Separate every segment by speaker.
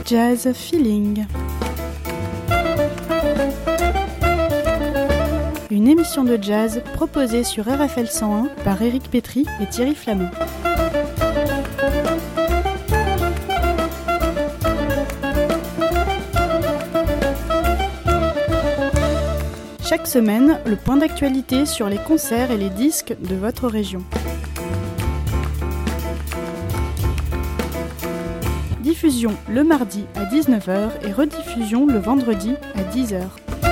Speaker 1: Jazz Feeling. Une émission de jazz proposée sur RFL 101 par Éric Pétry et Thierry Flamand. Chaque semaine, le point d'actualité sur les concerts et les disques de votre région. Diffusion le mardi à 19h et rediffusion le vendredi à 10h.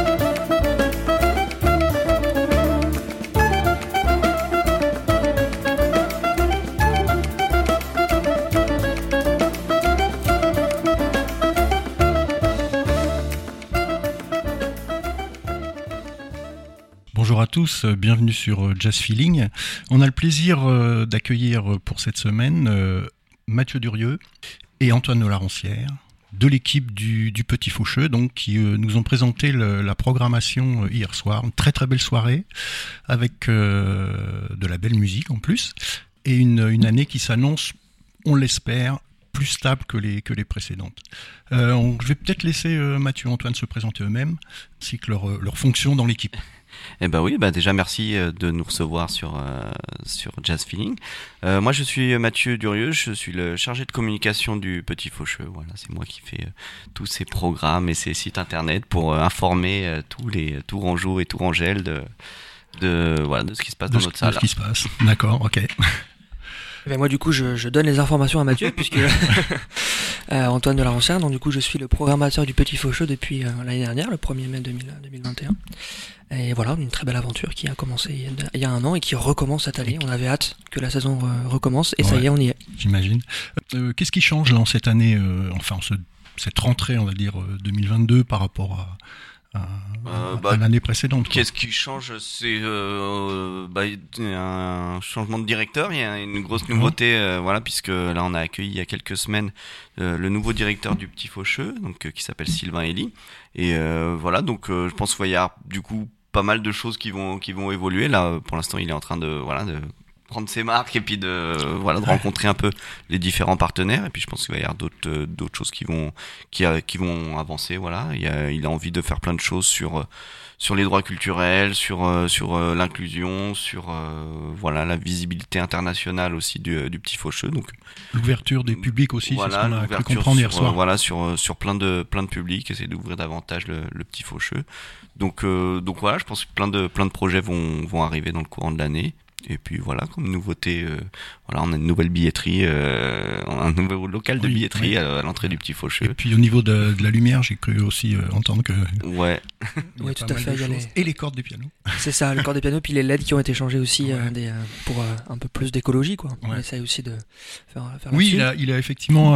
Speaker 2: Bonjour à tous, bienvenue sur Jazz Feeling. On a le plaisir d'accueillir pour cette semaine Mathieu Durieux et Antoine de la Roncière de l'équipe du Petit Faucheux, donc qui nous ont présenté la programmation hier soir. Une très très belle soirée avec de la belle musique en plus et une année qui s'annonce, on l'espère, plus stable que les précédentes. Je vais peut-être laisser Mathieu et Antoine se présenter eux-mêmes, ainsi que leur fonction dans l'équipe.
Speaker 3: Eh ben oui, déjà merci de nous recevoir sur Jazz Feeling. Moi je suis Mathieu Durieux, je suis le chargé de communication du Petit Faucheux. Voilà, c'est moi qui fais tous ces programmes et ces sites internet pour informer tous les Tourangeaux et Tourangelles de ce qui se passe dans notre salle.
Speaker 2: De ce qui se passe, d'accord, ok.
Speaker 4: Ben moi du coup je donne les informations à Mathieu puisque Antoine de la Roncière, donc du coup je suis le programmateur du Petit Faucheux depuis l'année dernière, le 1er mai 2021. Et voilà, une très belle aventure qui a commencé il y a un an et qui recommence cette année. On avait hâte que la saison recommence et ça y est, on y est. J'imagine.
Speaker 2: Qu'est-ce qui change là, en cette année, cette rentrée on va dire 2022 par rapport à l'année précédente?
Speaker 3: Qu'est-ce qui change? C'est un changement de directeur. Il y a une grosse nouveauté, puisque là on a accueilli il y a quelques semaines le nouveau directeur du Petit Faucheux, donc qui s'appelle Sylvain Elie. Et donc je pense qu'il y a du coup pas mal de choses qui vont évoluer. Là, pour l'instant, il est en train de prendre ses marques et puis de rencontrer un peu les différents partenaires. Et puis je pense qu'il va y avoir d'autres choses qui vont avancer. Voilà, il a envie de faire plein de choses sur les droits culturels, sur l'inclusion, sur la visibilité internationale aussi du Petit Faucheux. Donc
Speaker 2: l'ouverture des publics aussi, c'est ce qu'on a cru comprendre hier soir.
Speaker 3: Sur plein de publics, essayer d'ouvrir davantage le Petit Faucheux. Donc voilà, je pense que plein de projets vont arriver dans le courant de l'année. Et puis voilà, comme nouveauté, on a une nouvelle billetterie, un nouveau local de billetterie à l'entrée du Petit Faucheux.
Speaker 2: Et puis au niveau de la lumière, j'ai cru aussi entendre que...
Speaker 4: Ouais. Oui, tout à fait.
Speaker 2: Et les cordes des pianos.
Speaker 4: C'est ça, les cordes des pianos, puis les LED qui ont été changés aussi pour un peu plus d'écologie, quoi. On essaye aussi de faire
Speaker 2: oui,
Speaker 4: là-dessus.
Speaker 2: il a effectivement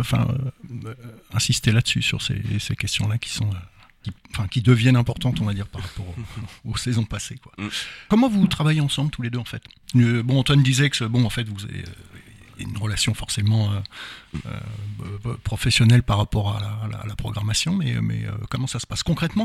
Speaker 2: insisté là-dessus, sur ces questions-là qui sont... qui deviennent importantes, on va dire, par rapport aux saisons passées, quoi. Comment vous travaillez ensemble tous les deux, en fait? Antoine disait que vous avez une relation forcément professionnelle par rapport à la programmation, mais comment ça se passe concrètement?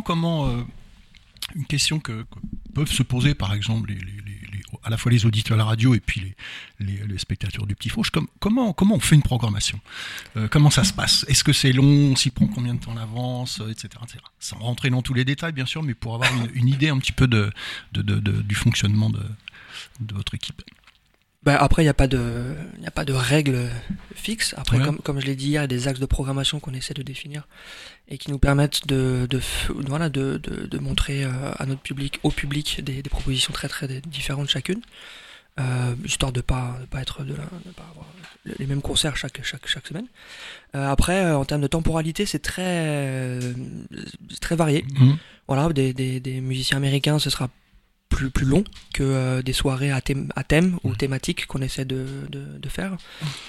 Speaker 2: Une question que peuvent se poser, par exemple, à la fois les auditeurs à la radio et puis les spectateurs du Petit Fauche, comment on fait une programmation? Comment ça se passe? Est-ce que c'est long? On s'y prend combien de temps en avance, etc., etc. Sans rentrer dans tous les détails, bien sûr, mais pour avoir une idée un petit peu du fonctionnement de votre équipe.
Speaker 4: Après, il n'y a pas de règles fixes. Après, comme je l'ai dit hier, il y a des axes de programmation qu'on essaie de définir et qui nous permettent de montrer à notre public, au public, des propositions très très différentes chacune, histoire de pas avoir les mêmes concerts chaque semaine. Après, en termes de temporalité, c'est très varié. Voilà, des musiciens américains, ce sera plus long que des soirées à thème ou thématiques qu'on essaie de faire.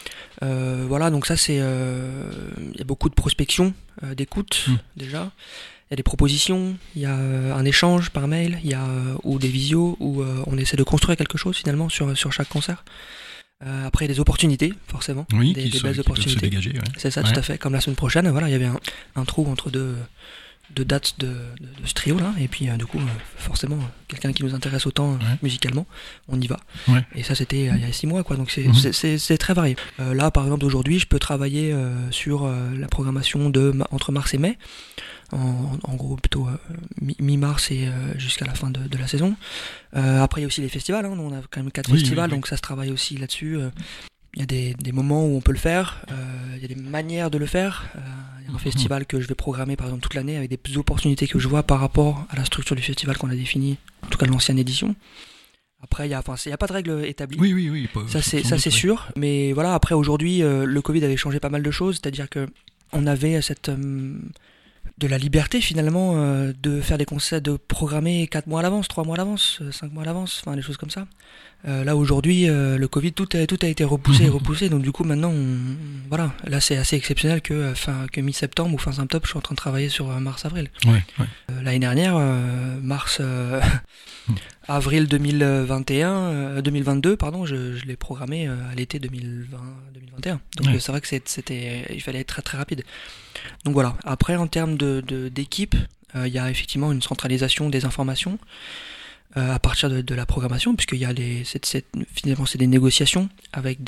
Speaker 4: Donc ça c'est il y a beaucoup de prospection, d'écoute déjà. Il y a des propositions, il y a un échange par mail, il y a ou des visios où on essaie de construire quelque chose finalement sur chaque concert. Après il y a des opportunités forcément, des belles opportunités.
Speaker 2: Se dégager,
Speaker 4: C'est ça, tout à fait. Comme la semaine prochaine, il y avait un trou entre dates de ce trio là, et puis du coup forcément quelqu'un qui nous intéresse autant musicalement, on y va. Et ça c'était il y a 6 mois quoi, donc c'est très varié. Là par exemple aujourd'hui je peux travailler sur la programmation entre mars et mai, en gros plutôt mi-mars et jusqu'à la fin de la saison. Après il y a aussi les festivals, hein. Nous, on a quand même 4 festivals, donc ça se travaille aussi là-dessus. Il y a des moments où on peut le faire, il y a des manières de le faire. Il y a un festival que je vais programmer par exemple toute l'année avec des opportunités que je vois par rapport à la structure du festival qu'on a défini, en tout cas de l'ancienne édition. Après, il n'y a pas de règle établie.
Speaker 2: Oui.
Speaker 4: Ça c'est sûr. Mais voilà, après aujourd'hui, le Covid avait changé pas mal de choses, c'est-à-dire que on avait de la liberté finalement de faire des concerts, de programmer 4 mois à l'avance, 3 mois à l'avance, 5 mois à l'avance, enfin des choses comme ça. Là aujourd'hui, le Covid, tout a été repoussé, donc du coup maintenant, voilà, là c'est assez exceptionnel que mi-septembre ou fin septembre, je suis en train de travailler sur mars-avril. L'année dernière, avril 2022, je l'ai programmé à l'été 2021. Donc c'est vrai que il fallait être très très rapide. Donc voilà. Après, en termes d'équipe, il y a effectivement une centralisation des informations à partir de la programmation, puisqu'il y a finalement c'est des négociations avec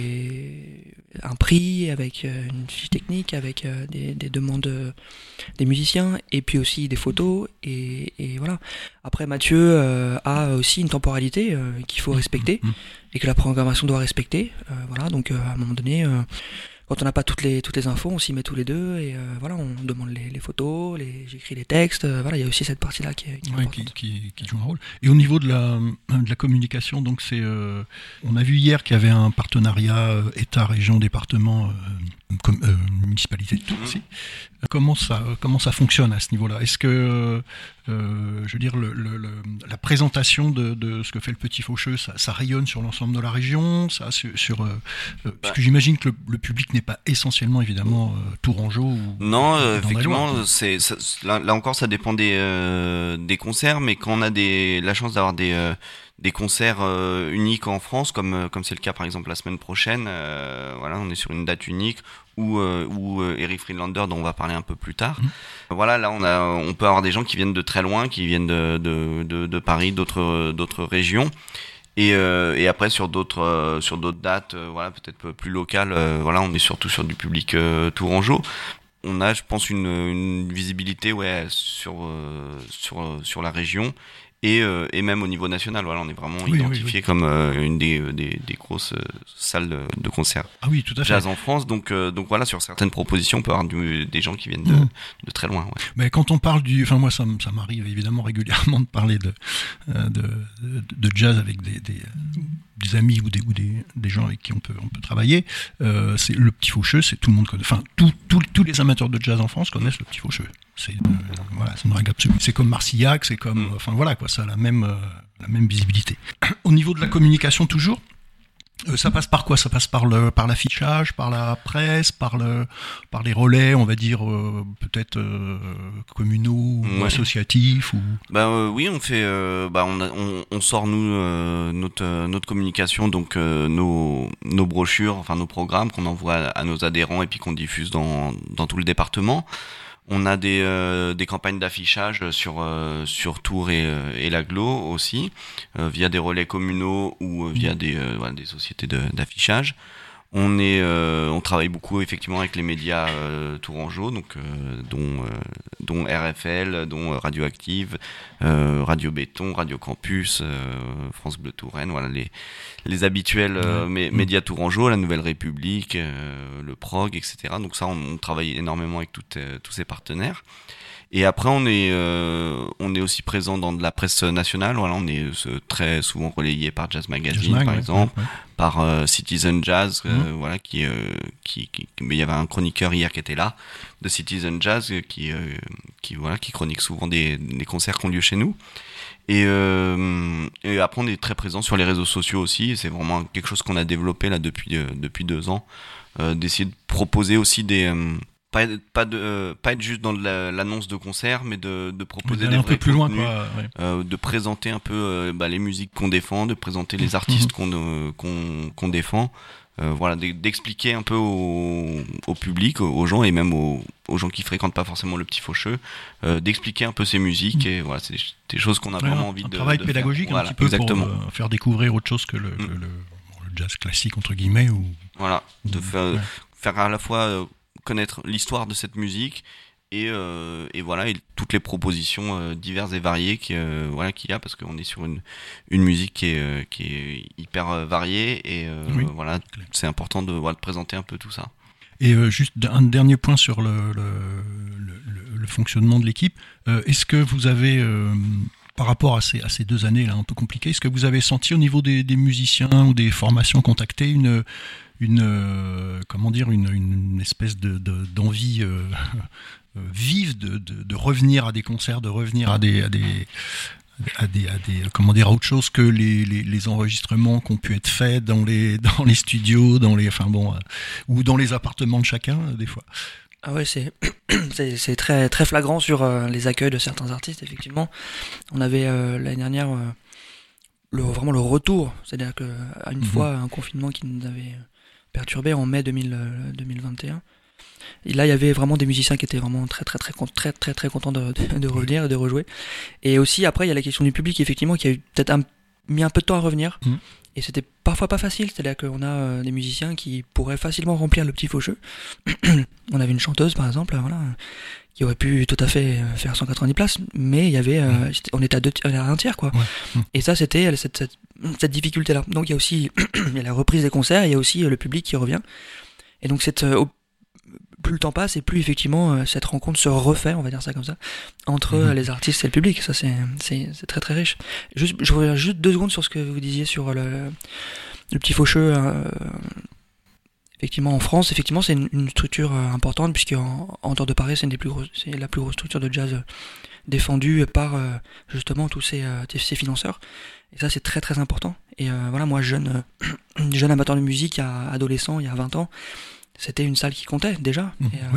Speaker 4: un prix, avec une fiche technique, avec des demandes des musiciens, et puis aussi des photos, et voilà. Après Mathieu a aussi une temporalité qu'il faut respecter, et que la programmation doit respecter, voilà, donc à un moment donné, quand on n'a pas toutes les infos, on s'y met tous les deux, et voilà, on demande les photos, j'écris les textes, voilà, il y a aussi cette partie-là qui
Speaker 2: joue un rôle. Et au niveau de la communication, donc on a vu hier qu'il y avait un partenariat État, région, département, municipalité de Tours aussi. Comment ça fonctionne à ce niveau-là ? Est-ce que, je veux dire, la présentation de ce que fait le Petit Faucheux, ça rayonne sur l'ensemble de la région, puisque j'imagine que le public n'est pas essentiellement évidemment tourangeau.
Speaker 3: Non, effectivement, là encore ça dépend des concerts, mais quand on a la chance d'avoir des concerts uniques en France, comme c'est le cas par exemple la semaine prochaine, voilà, on est sur une date unique où Eric Friedlander, dont on va parler un peu plus tard. Voilà, là on peut avoir des gens qui viennent de très loin, qui viennent de Paris, d'autres régions. Et après sur d'autres dates, voilà, peut-être plus locales, voilà, on est surtout sur du public tourangeau. On a, je pense, une visibilité sur la région. Et même au niveau national, voilà, on est vraiment identifié comme une des grosses salles de concert.
Speaker 2: Ah oui, tout à fait.
Speaker 3: Jazz en France, donc voilà, sur certaines propositions, on peut avoir des gens qui viennent de très loin. Ouais.
Speaker 2: Mais quand on parle moi ça m'arrive évidemment régulièrement de parler de jazz avec des amis ou des gens avec qui on peut travailler. C'est le Petit Faucheux, c'est tout le monde connaît. Enfin, tous les amateurs de jazz en France connaissent le Petit Faucheux. C'est une règle absolue. C'est comme Marcillac, c'est comme, enfin voilà quoi, ça a la même visibilité. Au niveau de la communication toujours, ça passe par quoi ? Ça passe par l'affichage, par la presse, par les relais, on va dire peut-être communaux ou associatifs ou.
Speaker 3: Oui, on fait, on sort nous notre communication, donc nos brochures, enfin nos programmes qu'on envoie à nos adhérents et puis qu'on diffuse dans tout le département. On a des campagnes d'affichage sur Tours et l'Agglo aussi, via des relais communaux ou via des sociétés d'affichage. On travaille beaucoup effectivement avec les médias tourangeaux, donc dont RFL, dont Radioactive, Radio Béton, Radio Campus, France Bleu Touraine, voilà les habituels médias tourangeaux, la Nouvelle République, le Prog, etc. Donc ça, on travaille énormément avec tous ces partenaires. Et après, on est aussi présent dans de la presse nationale. Voilà, on est très souvent relayé par Jazz Magazine, par exemple, par Citizen Jazz, voilà, mais il y avait un chroniqueur hier qui était là de Citizen Jazz qui chronique souvent des concerts qui ont lieu chez nous. Et après, on est très présent sur les réseaux sociaux aussi. C'est vraiment quelque chose qu'on a développé là depuis 2 ans, d'essayer de proposer aussi pas être juste dans l'annonce de concert, mais de proposer des vrais
Speaker 2: plus
Speaker 3: contenus,
Speaker 2: loin, quoi,
Speaker 3: de présenter un peu les musiques qu'on défend, de présenter les artistes qu'on défend, voilà, d'expliquer un peu au public, aux gens et même aux gens qui fréquentent pas forcément le Petit Faucheux, d'expliquer un peu ces musiques et voilà, c'est des choses qu'on a vraiment envie de
Speaker 2: travail pédagogique
Speaker 3: faire.
Speaker 2: un petit peu exactement. Pour faire découvrir autre chose que le jazz classique entre guillemets ou
Speaker 3: voilà, de faire à la fois connaître l'histoire de cette musique et voilà, et toutes les propositions diverses et variées qu'il y a, parce qu'on est sur une musique qui est hyper variée et voilà, c'est important de présenter un peu tout ça.
Speaker 2: Et juste un dernier point sur le fonctionnement de l'équipe. Est-ce que vous avez, par rapport à ces 2 années là un peu compliquées, est-ce que vous avez senti au niveau des musiciens ou des formations contactées une espèce d'envie vive de revenir à des concerts, de revenir à autre chose que les enregistrements qui ont pu être faits dans les studios, ou dans les appartements de chacun des fois.
Speaker 4: Ah ouais, c'est très très flagrant sur les accueils de certains artistes. Effectivement, on avait l'année dernière vraiment le retour, c'est-à-dire que à une fois un confinement qui nous avait perturbé en mai 2021. Et là, il y avait vraiment des musiciens qui étaient vraiment très contents de revenir et de rejouer. Et aussi, après, il y a la question du public, effectivement, qui a eu peut-être mis un peu de temps à revenir. Et c'était parfois pas facile, c'est-à-dire qu'on a des musiciens qui pourraient facilement remplir le Petit Faucheux. On avait une chanteuse, par exemple, qui aurait pu tout à fait faire 190 places, mais il y avait, on était à un tiers, quoi. Et ça, c'était cette difficulté-là. Donc il y a aussi il y a la reprise des concerts, il y a aussi le public qui revient. Et donc plus le temps passe et plus effectivement cette rencontre se refait, on va dire ça comme ça, entre les artistes et le public. Ça c'est très très riche. Je reviens juste 2 secondes sur ce que vous disiez sur le Petit Faucheux. Effectivement, en France, effectivement, c'est une structure importante, puisque en dehors de Paris, c'est la plus grosse structure de jazz défendue par justement tous ces financeurs. Et ça, c'est très très important. Et voilà, moi, jeune amateur de musique, adolescent, il y a 20 ans, c'était une salle qui comptait déjà.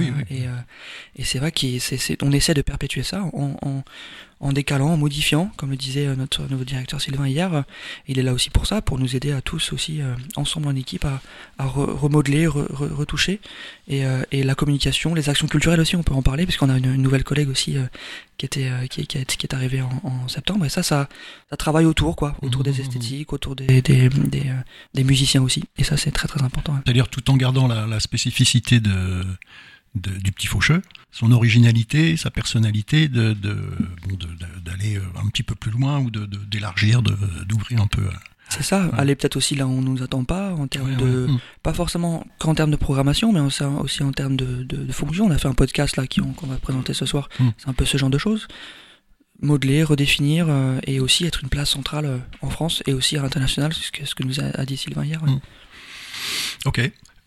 Speaker 4: Et c'est vrai qu'on essaie de perpétuer ça en décalant, en modifiant, comme le disait notre nouveau directeur Sylvain hier. Il est là aussi pour ça, pour nous aider à tous aussi, ensemble en équipe, à remodeler, retoucher. Et la communication, les actions culturelles aussi, on peut en parler, puisqu'on a une nouvelle collègue aussi qui est arrivée en septembre. Et ça travaille autour des esthétiques, autour des musiciens aussi. Et ça, c'est très très important.
Speaker 2: C'est-à-dire tout en gardant la spécificité du Petit Faucheux, son originalité, sa personnalité, d'aller un petit peu plus loin ou d'élargir, d'ouvrir un peu.
Speaker 4: C'est ça, aller peut-être aussi là où on nous attend pas, en termes pas forcément qu'en termes de programmation, mais aussi en termes de fonction. On a fait un podcast là qu'on va présenter ce soir. C'est un peu ce genre de choses. Modeler, redéfinir, et aussi être une place centrale en France et aussi à l'international, c'est ce que nous a dit Sylvain hier.
Speaker 2: Ok.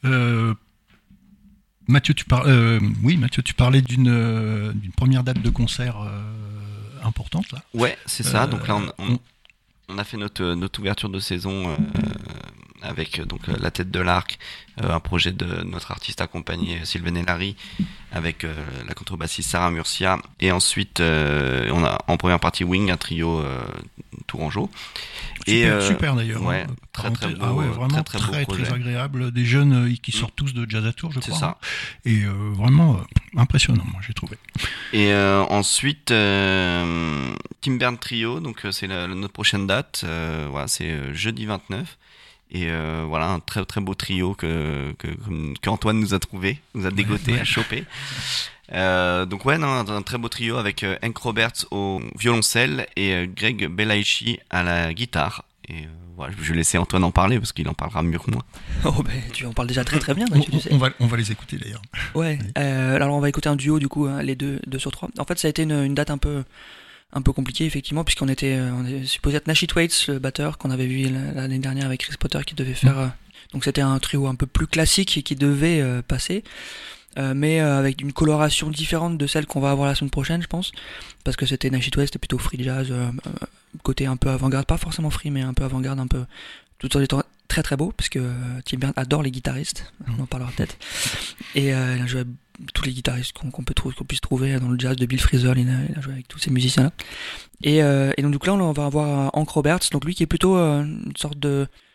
Speaker 2: Mathieu, tu parlais d'une première date de concert importante là.
Speaker 3: Ouais, c'est ça. Donc là, on a fait notre ouverture de saison avec donc La Tête de l'Arc, un projet de notre artiste accompagné Sylvain Larry, avec la contrebassiste Sarah Murcia, et ensuite on a en première partie Wing, un trio tourangeau.
Speaker 2: Super d'ailleurs.
Speaker 3: Ouais, très très beau,
Speaker 2: vraiment très agréable. Des jeunes qui sortent tous de Jazz à Tours, je crois.
Speaker 3: C'est ça.
Speaker 2: Et vraiment impressionnant, moi j'ai trouvé.
Speaker 3: Et ensuite Timbern Trio, donc c'est notre prochaine date. Voilà, c'est jeudi 29. Et voilà, un très très beau trio qu'Antoine nous a dégoté, a chopé. Donc un très beau trio avec Hank Roberts au violoncelle et Greg Belaichi à la guitare. Et voilà, je vais laisser Antoine en parler parce qu'il en parlera mieux que moi.
Speaker 4: Oh ben tu en parles déjà très très bien. Tu sais.
Speaker 2: On va les écouter d'ailleurs.
Speaker 4: Ouais. Alors on va écouter un duo du coup, les deux sur 3. En fait, ça a été une date un peu compliqué effectivement, puisqu'on était supposé être Nashit Waits, le batteur qu'on avait vu l'année dernière avec Chris Potter, qui devait faire donc c'était un trio un peu plus classique qui devait passer, mais avec une coloration différente de celle qu'on va avoir la semaine prochaine, je pense, parce que c'était Nashit Waits, c'était plutôt free jazz, côté un peu avant-garde, pas forcément free mais un peu avant-garde, un peu tout en étant très très beau, parce que Tim Bern adore les guitaristes, on en parlera peut-être, et il a joué tous les guitaristes qu'on puisse trouver dans le jazz, de Bill Frisell, il a joué avec tous ces musiciens là, et donc du coup là on va avoir Hank Roberts, donc lui qui est plutôt une sorte de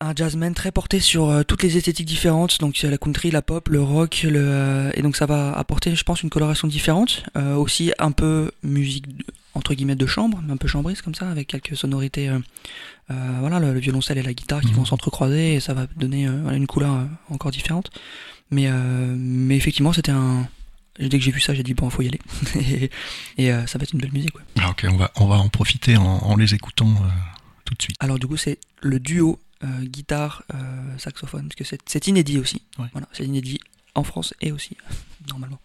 Speaker 4: un jazzman très porté sur toutes les esthétiques différentes, donc la country, la pop, le rock, et donc ça va apporter, je pense, une coloration différente, aussi un peu musique entre guillemets de chambre, un peu chambriste comme ça, avec quelques sonorités, voilà, le violoncelle et la guitare qui vont s'entrecroiser et ça va donner une couleur encore différente. Mais effectivement, c'était dès que j'ai vu ça, j'ai dit bon, faut y aller et ça va être une belle musique. Ouais.
Speaker 2: Ah, ok, on va en profiter en les écoutant tout de suite.
Speaker 4: Alors du coup, c'est le duo guitare saxophone, parce que c'est inédit aussi.
Speaker 2: Ouais.
Speaker 4: Voilà, c'est inédit en France et aussi normalement.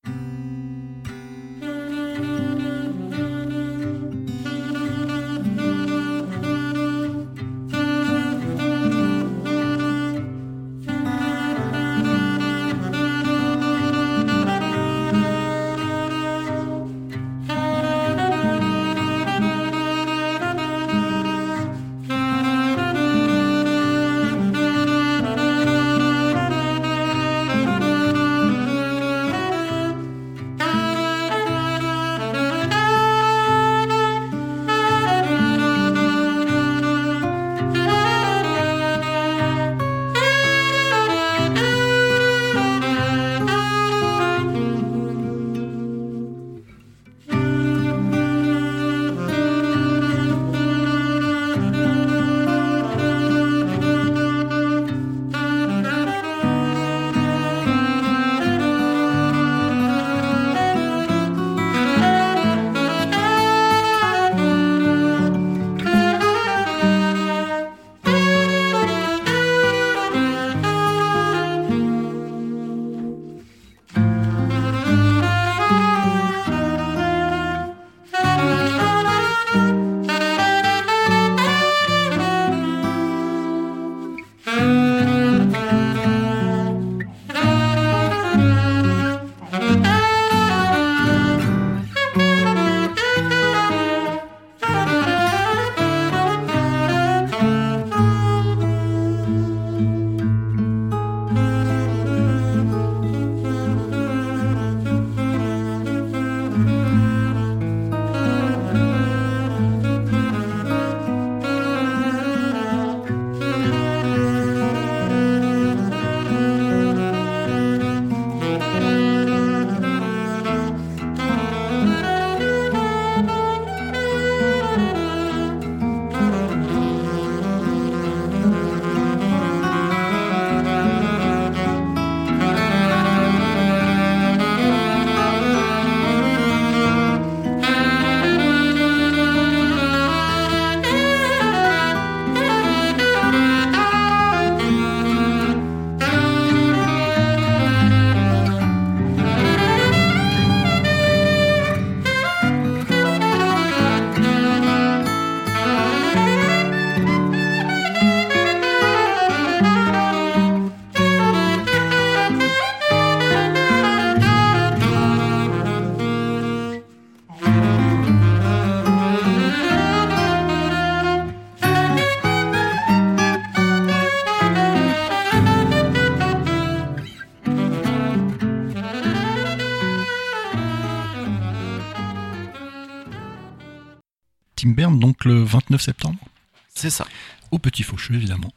Speaker 2: Tim Berne, donc le 29 septembre.
Speaker 3: C'est ça.
Speaker 2: Au Petit Faucheux, évidemment.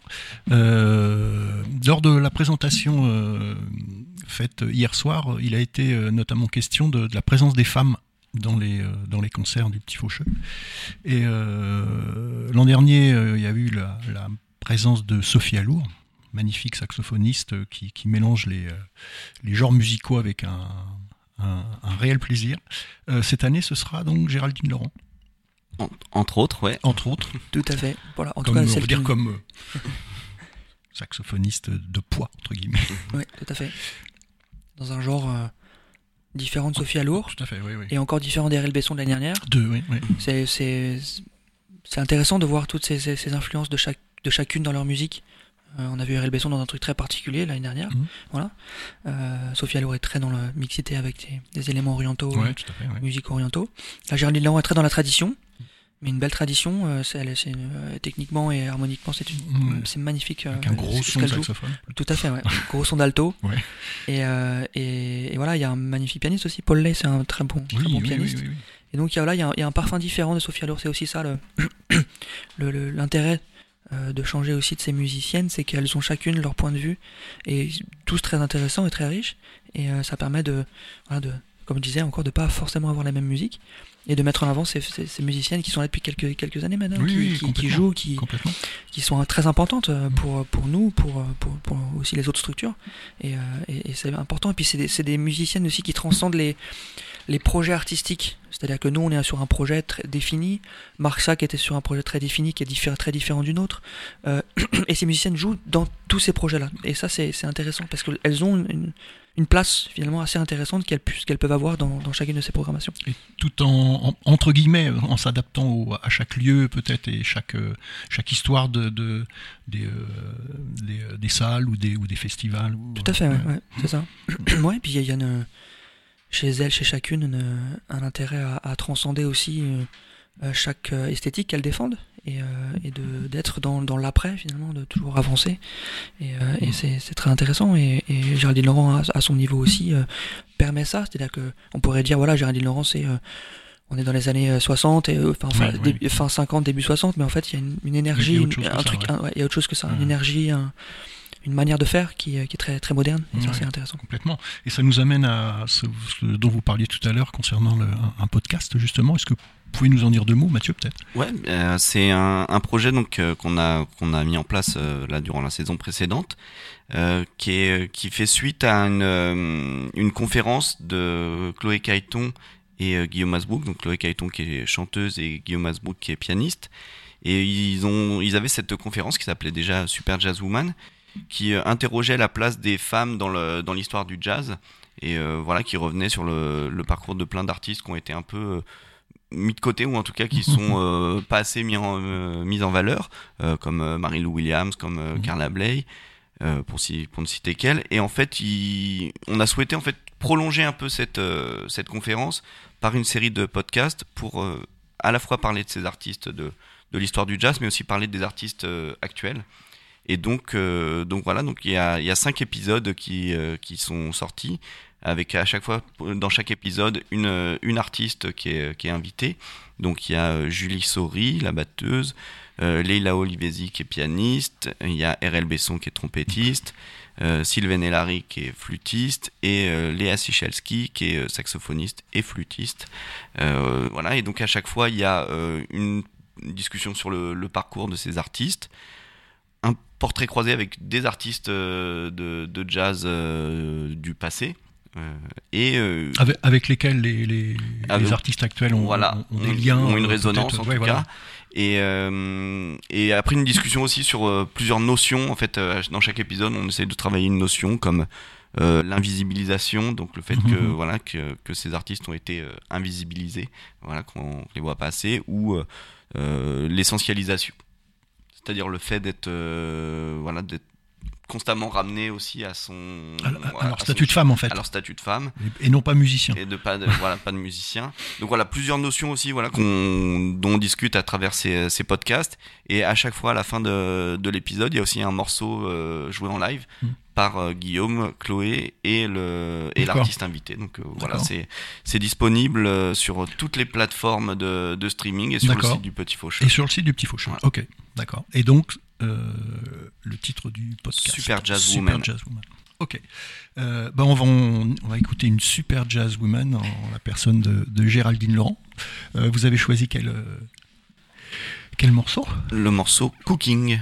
Speaker 2: Lors de la présentation faite hier soir, il a été notamment question de la présence des femmes dans les concerts du Petit Faucheux. Et l'an dernier, il y a eu la présence de Sophie Allour, magnifique saxophoniste qui mélange les genres musicaux avec un réel plaisir. Cette année, ce sera donc Géraldine Laurent.
Speaker 3: Entre autres, ouais.
Speaker 2: Entre autres.
Speaker 4: Tout à fait. Voilà, en
Speaker 2: comme,
Speaker 4: tout cas,
Speaker 2: on veut dire comme saxophoniste de poids, entre guillemets.
Speaker 4: Oui, tout à fait. Dans un genre différent de Sophie Allour.
Speaker 2: Tout à fait, oui.
Speaker 4: Et encore différent d'Eriel Besson de l'année dernière.
Speaker 2: Oui.
Speaker 4: C'est intéressant de voir toutes ces influences de chacune dans leur musique. On a vu Eriel Besson dans un truc très particulier l'année dernière. Voilà. Sophie Allour est très dans la mixité avec des éléments orientaux,
Speaker 2: tout à fait,
Speaker 4: musique orientaux. La Géraldine Laurent est très dans la tradition, mais une belle tradition. Techniquement et harmoniquement, c'est magnifique.
Speaker 2: Avec un gros son de saxophone.
Speaker 4: Tout à fait, ouais. Gros son d'alto.
Speaker 2: Ouais.
Speaker 4: Et voilà, il y a un magnifique pianiste aussi. Paul Lay, c'est un très bon pianiste. Oui. Et donc il y a un parfum différent de Sophie Allour. C'est aussi ça l'intérêt de changer aussi de ces musiciennes, c'est qu'elles ont chacune leur point de vue, et tous très intéressants et très riches, et ça permet de, comme je disais encore, de pas forcément avoir la même musique, et de mettre en avant ces musiciennes qui sont là depuis quelques années maintenant, qui jouent, qui sont très importantes pour nous, pour aussi les autres structures, et c'est important. Et puis c'est des musiciennes aussi qui transcendent les projets artistiques, c'est-à-dire que nous on est sur un projet très défini, Marc Sack était sur un projet très défini qui est très différent du nôtre, et ces musiciennes jouent dans tous ces projets-là, et ça c'est intéressant parce qu'elles ont une place finalement assez intéressante qu'elles peuvent avoir dans chacune de ces programmations.
Speaker 2: Et tout entre guillemets, en s'adaptant à chaque lieu peut-être et chaque histoire des salles ou des festivals.
Speaker 4: Tout à fait, ouais, c'est ça. Ouais, puis il y a chez chacune un intérêt à transcender aussi chaque esthétique qu'elles défendent, et d'être dans l'après finalement, de toujours avancer, et c'est très intéressant, et Géraldine Laurent à son niveau aussi permet ça, c'est-à-dire que on pourrait dire voilà, Géraldine Laurent on est dans les années 60 et fin 50 début 60, mais en fait il y a une énergie, il y a autre chose que ça, une énergie, une manière de faire qui est très très moderne, et ça c'est intéressant.
Speaker 2: Complètement. Et ça nous amène à ce dont vous parliez tout à l'heure concernant un podcast justement. Est-ce que vous pouvez nous en dire deux mots, Mathieu, peut-être?
Speaker 3: Ouais, c'est un projet donc qu'on a mis en place là durant la saison précédente, qui fait suite à une conférence de Chloé Cailleton et Guillaume Asbrook. Donc Chloé Cailleton qui est chanteuse et Guillaume Asbrook qui est pianiste. Et ils avaient cette conférence qui s'appelait déjà Super Jazz Woman, qui interrogeait la place des femmes dans l'histoire du jazz, et qui revenait sur le parcours de plein d'artistes qui ont été un peu mis de côté, ou en tout cas qui sont pas assez mis en valeur, comme Mary-Lou Williams, comme Carla Bley, pour ne citer qu'elle. Et en fait, on a souhaité en fait prolonger un peu cette conférence par une série de podcasts pour à la fois parler de ces artistes de l'histoire du jazz, mais aussi parler des artistes actuels. Et donc voilà, donc il y a 5 épisodes qui sont sortis, avec à chaque fois dans chaque épisode une artiste qui est invitée. Donc il y a Julie Saury, la batteuse, Leila Olivesi qui est pianiste, il y a R.L. Besson qui est trompettiste, Sylvain Elary qui est flûtiste, et Léa Sichelski qui est saxophoniste et flûtiste. Voilà, et donc à chaque fois il y a une discussion sur le parcours de ces artistes, un portrait croisé avec des artistes de jazz du passé, et
Speaker 2: avec lesquels les artistes actuels ont des liens,
Speaker 3: ont une résonance en tout cas. Et après une discussion aussi sur plusieurs notions. En fait, dans chaque épisode, on essaie de travailler une notion comme l'invisibilisation, donc le fait que ces artistes ont été invisibilisés, qu'on les voit pas assez, ou l'essentialisation. C'est-à-dire le fait d'être constamment ramené aussi à son
Speaker 2: leur statut de femme, en fait.
Speaker 3: À leur statut de femme.
Speaker 2: Et non pas musicien.
Speaker 3: Et pas de musicien. Donc voilà, plusieurs notions aussi dont on discute à travers ces podcasts. Et à chaque fois, à la fin de l'épisode, il y a aussi un morceau joué en live par Guillaume, Chloé et l'artiste invité. Donc voilà, c'est disponible sur toutes les plateformes de streaming et sur le site du Petit Faucheux.
Speaker 2: Et sur le site du Petit Faucheux. Voilà. Ok, d'accord. Et donc le titre du podcast,
Speaker 3: Super Jazz Woman.
Speaker 2: Ok. On va écouter une Super Jazz Woman en la personne de Géraldine Laurent. Vous avez choisi quel morceau?
Speaker 3: Le morceau Cooking.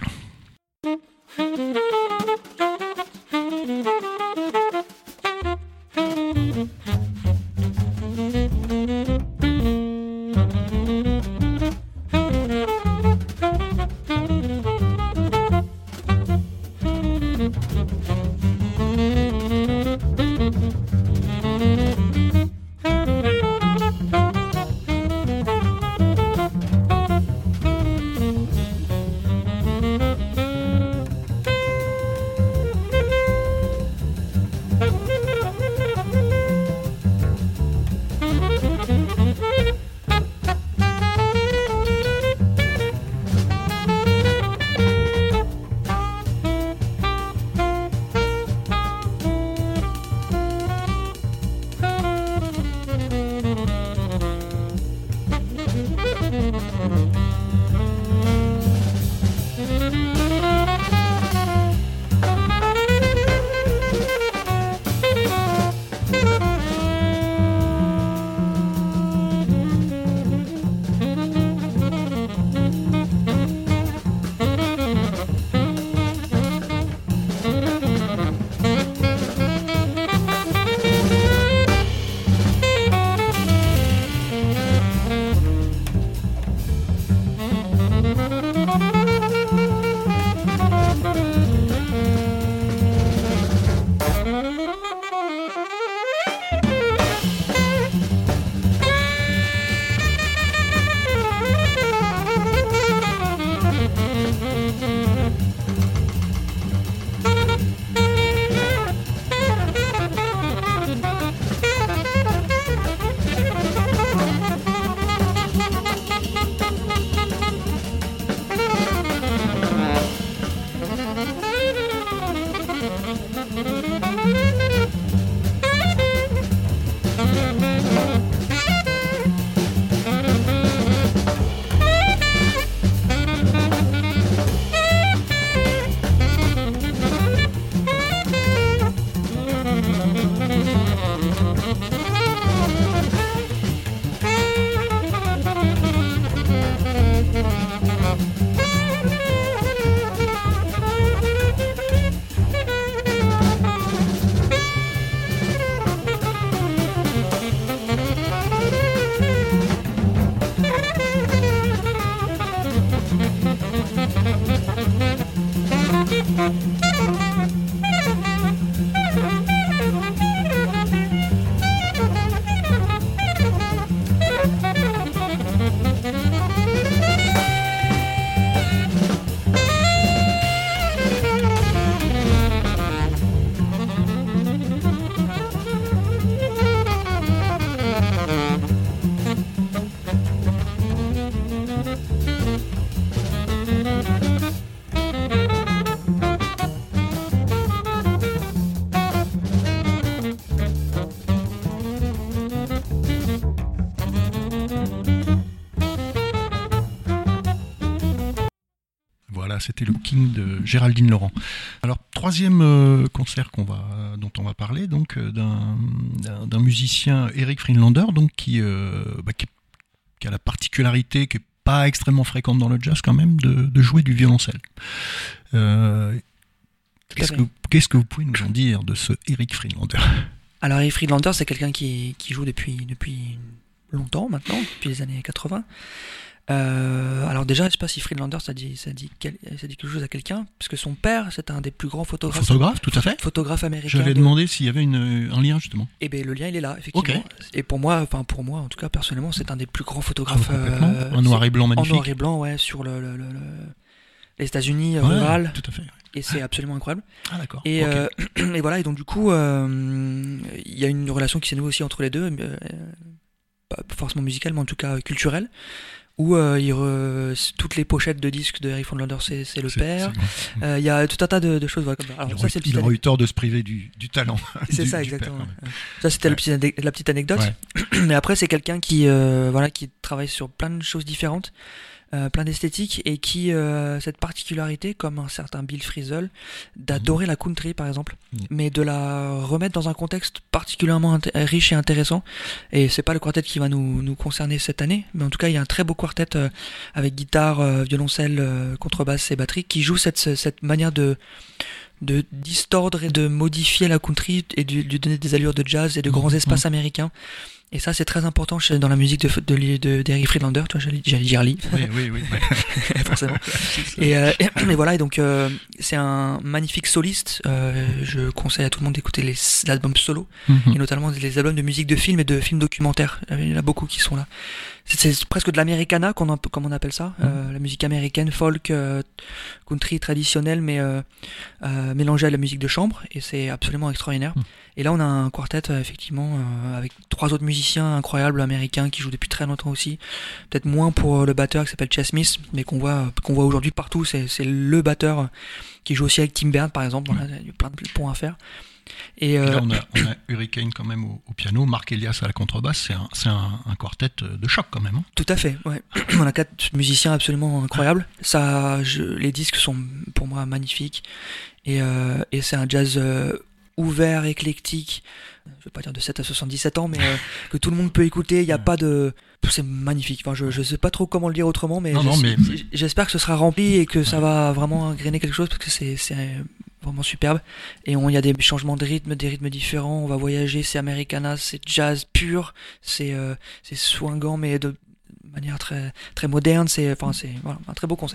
Speaker 2: c'était le King de Géraldine Laurent. Alors, troisième concert dont on va parler, donc d'un musicien, Eric Friedlander, donc qui a la particularité qui est pas extrêmement fréquente dans le jazz quand même, de jouer du violoncelle. Qu'est-ce que vous pouvez nous en dire de ce Eric Friedlander ?
Speaker 4: Alors Eric Friedlander, c'est quelqu'un qui joue depuis longtemps maintenant, depuis les années 80. Alors déjà, je ne sais pas si Friedlander ça dit quelque chose à quelqu'un, parce que son père, c'est un des plus grands photographes.
Speaker 2: Photographe, tout à fait.
Speaker 4: Photographe américain.
Speaker 2: J'avais demandé s'il y avait un lien justement.
Speaker 4: Et bien le lien il est là, effectivement.
Speaker 2: Okay.
Speaker 4: Et pour moi, en tout cas personnellement, c'est un des plus grands photographes.
Speaker 2: En noir et blanc magnifique.
Speaker 4: En noir et blanc, ouais, sur les États-Unis rural.
Speaker 2: Tout à fait.
Speaker 4: Et c'est absolument incroyable.
Speaker 2: Ah d'accord.
Speaker 4: Et, et voilà, et donc du coup, il y a une relation qui s'est nouée aussi entre les deux, pas forcément musicale, mais en tout cas culturelle, où toutes les pochettes de disques de Eric Friedlander, c'est le père. Il y a tout un tas de choses comme ça. Alors,
Speaker 2: il aurait eu tort de se priver du talent.
Speaker 4: C'est ça, exactement. Père, ça, c'était la petite anecdote. Ouais. Mais après, c'est quelqu'un qui travaille sur plein de choses différentes. Plein d'esthétiques et qui cette particularité, comme un certain Bill Frisell, d'adorer la country par exemple, mais de la remettre dans un contexte particulièrement riche et intéressant. Et c'est pas le quartet qui va nous concerner cette année, mais en tout cas il y a un très beau quartet avec guitare, violoncelle, contrebasse et batterie qui joue cette manière de distordre et de modifier la country et de lui donner des allures de jazz et de grands espaces américains. Et ça, c'est très important dans la musique d'Eric Friedlander. Tu vois, j'allais dire Lee.
Speaker 2: Oui.
Speaker 4: Forcément. Et voilà, et donc c'est un magnifique soliste. Je conseille à tout le monde d'écouter les albums solo, et notamment les albums de musique de film et de films documentaires. Il y en a beaucoup qui sont là. C'est presque de l'americana, comme on appelle ça, la musique américaine, folk, country traditionnelle, mais mélangée à la musique de chambre, et c'est absolument extraordinaire. Et là, on a un quartet, effectivement, avec 3 autres musiciens incroyables américains qui jouent depuis très longtemps aussi. Peut-être moins pour le batteur qui s'appelle Chas Smith, mais qu'on voit aujourd'hui partout. C'est le batteur qui joue aussi avec Tim Bernard, par exemple. Voilà, il y a plein de points à faire. Et
Speaker 2: là, on a Hurricane quand même au piano, Marc Elias à la contrebasse. C'est un quartet de choc quand même. Hein.
Speaker 4: Tout à fait. Ouais. On a 4 musiciens absolument incroyables. Les disques sont pour moi magnifiques. Et c'est un jazz ouvert, éclectique, je vais pas dire de 7 à 77 ans, mais que tout le monde peut écouter. Il n'y a pas de... C'est magnifique. Enfin, je sais pas trop comment le dire autrement, mais j'espère que ce sera rempli et que ça va vraiment grainer quelque chose, parce que c'est vraiment superbe. Et il y a des changements de rythme, des rythmes différents. On va voyager, c'est americana, c'est jazz pur, c'est swingant, mais de manière très, très moderne. C'est voilà, un très beau concert.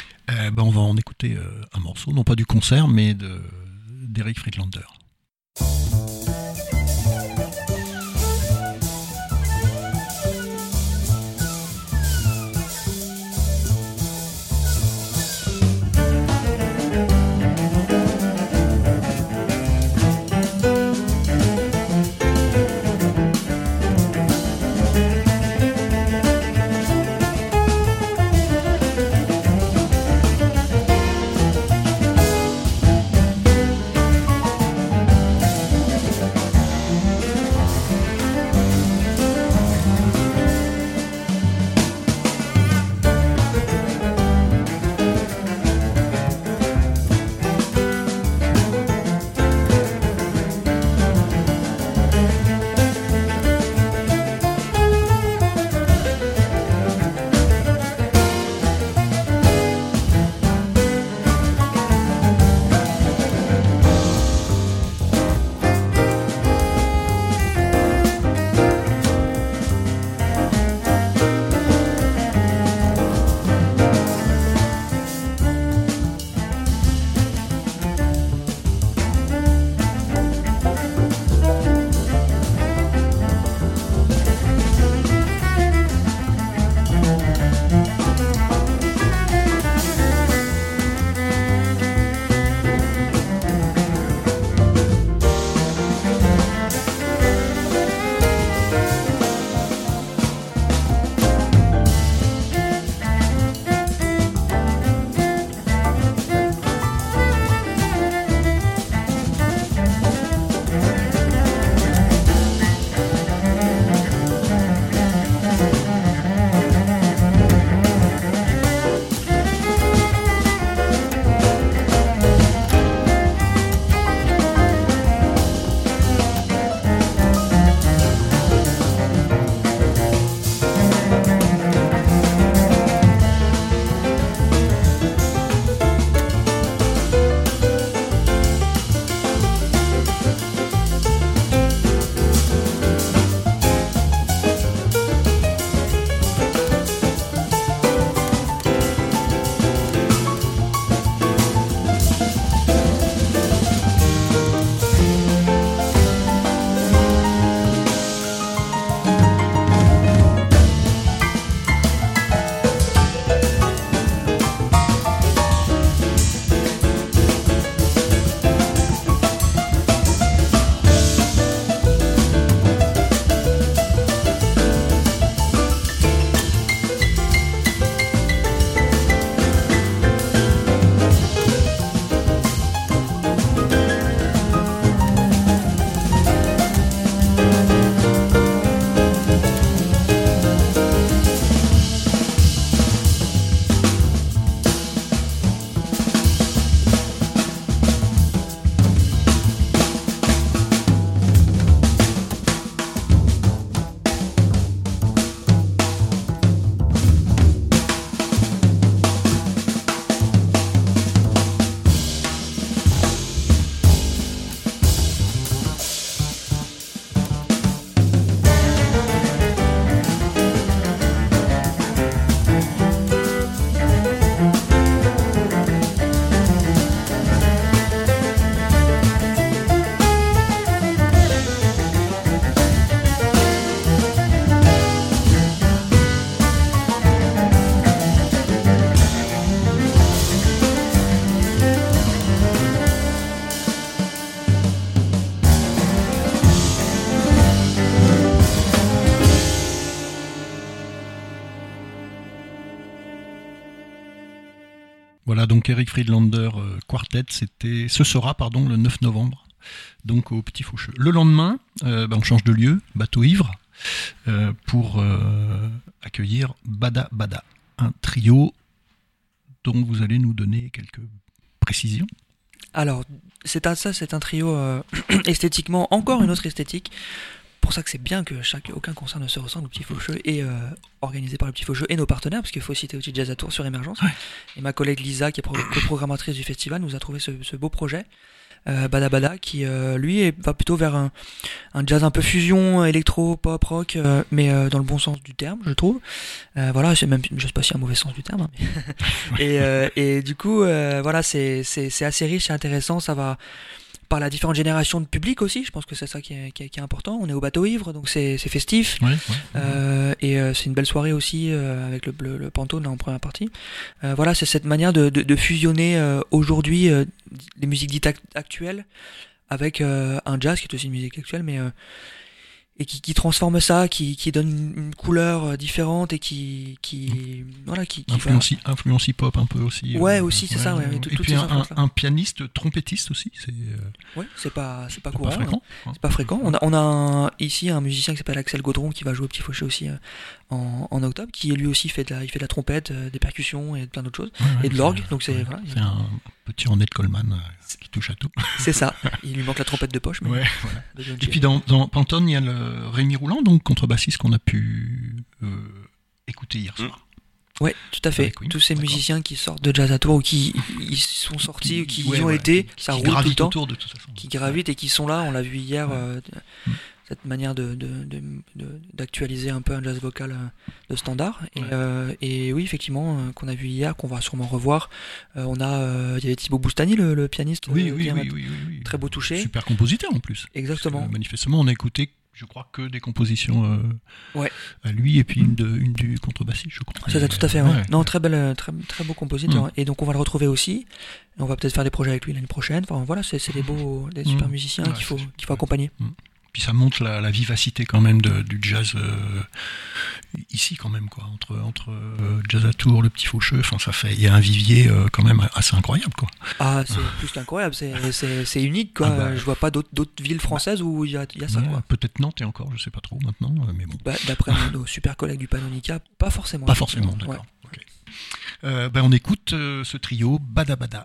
Speaker 2: On va en écouter un morceau, non pas du concert, mais d'Eric Friedlander. Voilà, donc Eric Friedlander Quartet, ce sera le 9 novembre, donc au Petit Faucheux. Le lendemain, on change de lieu, Bateau Ivre, pour accueillir Bada Bada, un trio dont vous allez nous donner quelques précisions.
Speaker 4: Alors, c'est un trio esthétiquement, encore une autre esthétique. Pour ça que c'est bien que aucun concert ne se ressemble au Petit Faucheux et organisé par le Petit Faucheux et nos partenaires, parce qu'il faut citer aussi Jazz à Tours sur Émergence. Ouais. Et ma collègue Lisa, qui est co-programmatrice du festival, nous a trouvé ce beau projet. Bada Bada, qui lui va plutôt vers un jazz un peu fusion, électro, pop, rock, mais dans le bon sens du terme, je trouve. Voilà, je sais pas si un mauvais sens du terme. Hein, mais et du coup, voilà, c'est assez riche, c'est intéressant, ça va par la différente génération de public aussi, je pense que c'est ça qui est important. On est au Bateau Ivre, donc c'est festif. Et c'est une belle soirée aussi avec le Pantone là en première partie. Voilà, c'est cette manière de fusionner aujourd'hui les musiques dites actuelles avec un jazz qui est aussi une musique actuelle, mais et qui transforme ça, qui donne une couleur différente et qui
Speaker 2: influence hip-hop un peu aussi.
Speaker 4: Ouais, aussi c'est ça. Ouais,
Speaker 2: et puis un pianiste trompettiste aussi.
Speaker 4: Ouais, c'est pas courant.
Speaker 2: Pas fréquent.
Speaker 4: Ouais. C'est pas fréquent. On a ici un musicien qui s'appelle Axel Gaudron qui va jouer au Petit Faucheux aussi en octobre, qui lui aussi fait de la trompette, des percussions et plein d'autres choses, et de l'orgue. Donc c'est
Speaker 2: un petit Ornette Coleman qui touche à tout.
Speaker 4: C'est ça. Il lui manque la trompette de poche. Mais
Speaker 2: voilà. Et puis dans Pantone, il y a le Rémi Rouland, donc contrebassiste qu'on a pu écouter hier soir.
Speaker 4: Ouais, tout à fait. Tous ces musiciens qui sortent de Jazz à Tours ou qui y sont sortis ou qui y ont été, ça roule tout le temps,
Speaker 2: autour de toute façon.
Speaker 4: Qui gravitent et qui sont là. On l'a vu hier. Cette manière d'actualiser un peu un jazz vocal de standard et oui effectivement qu'on a vu hier, qu'on va sûrement revoir. Il y avait Thibaut Boustany, le pianiste,
Speaker 2: oui,
Speaker 4: très beau touché,
Speaker 2: super compositeur en plus.
Speaker 4: Exactement.
Speaker 2: Manifestement on a écouté, je crois, que des compositions à lui et puis une du contrebassiste, je crois.
Speaker 4: C'est ça, tout à fait. Ouais. Non, très beau compositeur. Et donc on va le retrouver aussi. On va peut-être faire des projets avec lui l'année prochaine. Enfin voilà, c'est des super musiciens qu'il faut accompagner.
Speaker 2: Puis ça montre la vivacité quand même du jazz ici quand même quoi, entre Jazz à Tours, le Petit Faucheux, enfin il y a un vivier quand même assez incroyable quoi.
Speaker 4: Ah, c'est plus qu'incroyable, c'est unique quoi. Je vois pas d'autres villes françaises où il y a ça quoi.
Speaker 2: Peut-être Nantes et encore, je sais pas trop maintenant, mais bon.
Speaker 4: D'après nos super collègues du Panonica, pas forcément.
Speaker 2: Pas forcément, d'accord. Ouais. Okay. On écoute ce trio Bada Bada.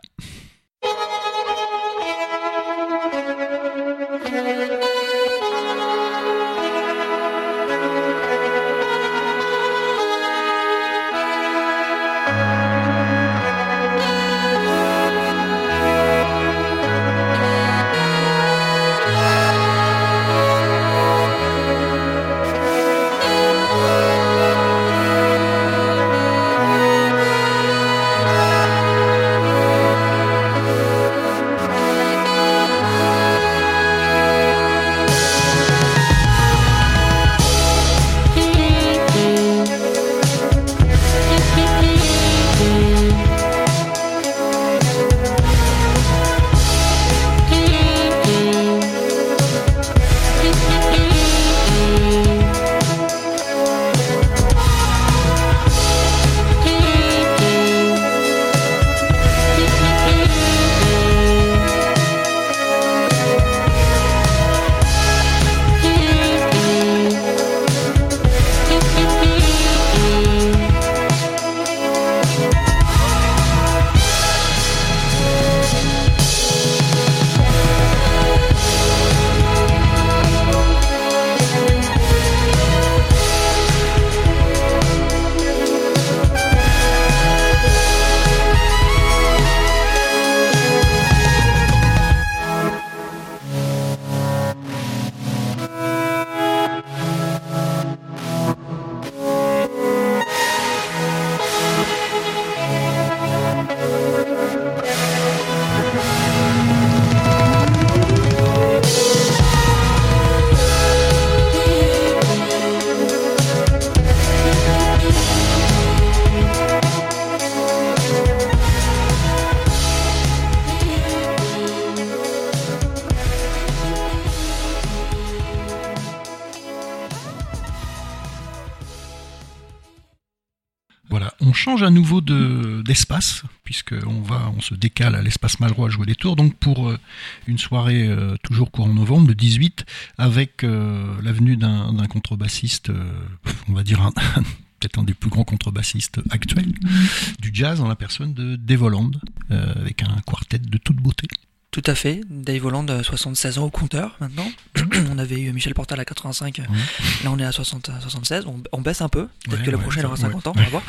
Speaker 2: On change à nouveau d'espace, puisqu'on se décale à l'espace Malraux à jouer des tours, donc pour une soirée toujours courant novembre, le 18, avec la venue d'un contrebassiste, on va dire peut-être un des plus grands contrebassistes actuels du jazz, en la personne de Dave Holland, avec un quartet de toute beauté.
Speaker 4: Tout à fait, Dave Holland, 76 ans au compteur maintenant. On avait eu Michel Portal à 85, là on est à 76, on baisse un peu, peut-être que le prochain il aura 50 ans, on va voir.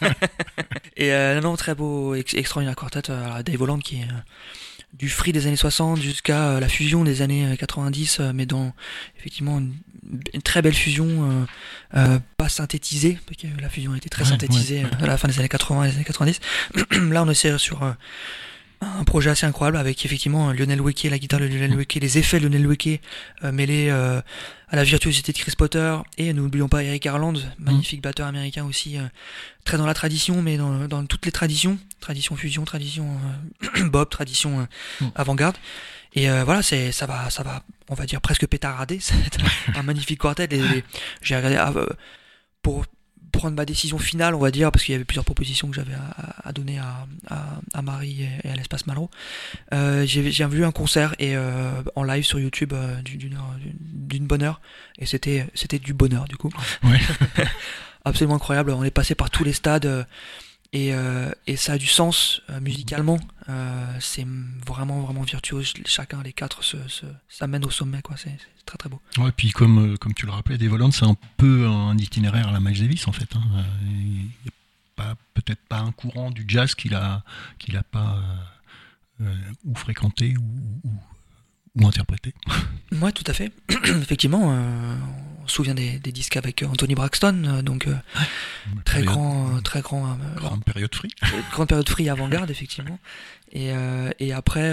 Speaker 4: Et non, très beau, extraordinaire quartet, Dave Holland qui est du free des années 60 jusqu'à la fusion des années 90, mais dans effectivement une très belle fusion, pas synthétisée, parce que la fusion a été très synthétisée à la fin des années 80 et des années 90. Là on est sur un projet assez incroyable avec effectivement Lionel Weke, la guitare de Lionel Weke, les effets de Lionel Weke mêlés à la virtuosité de Chris Potter, et n'oublions pas Eric Harland, magnifique batteur américain aussi, très dans la tradition, mais dans toutes les tradition fusion, tradition bop, tradition avant-garde. Et voilà, ça va, on va dire presque pétardé, c'est un magnifique quartet. J'ai regardé pour prendre ma décision finale, on va dire, parce qu'il y avait plusieurs propositions que j'avais à donner à Marie et à l'espace Malraux. J'ai vu un concert et en live sur YouTube d'une bonne heure, et c'était du bonheur du coup. Ouais. Absolument incroyable. On est passé par tous les stades et ça a du sens musicalement. C'est vraiment vraiment virtuose. Chacun, les quatre, s'amènent au sommet, quoi. C'est très très beau.
Speaker 2: Ouais, puis comme tu le rappelais, Dave Holland, c'est un peu un itinéraire à la Miles Davis en fait. Il n'y a peut-être pas un courant du jazz qu'il a pas ou fréquenté ou interprété.
Speaker 4: Ouais, tout à fait. Effectivement, on se souvient des disques avec Anthony Braxton, donc très grand.
Speaker 2: Grande période free.
Speaker 4: Grande période free avant-garde, effectivement. Et après,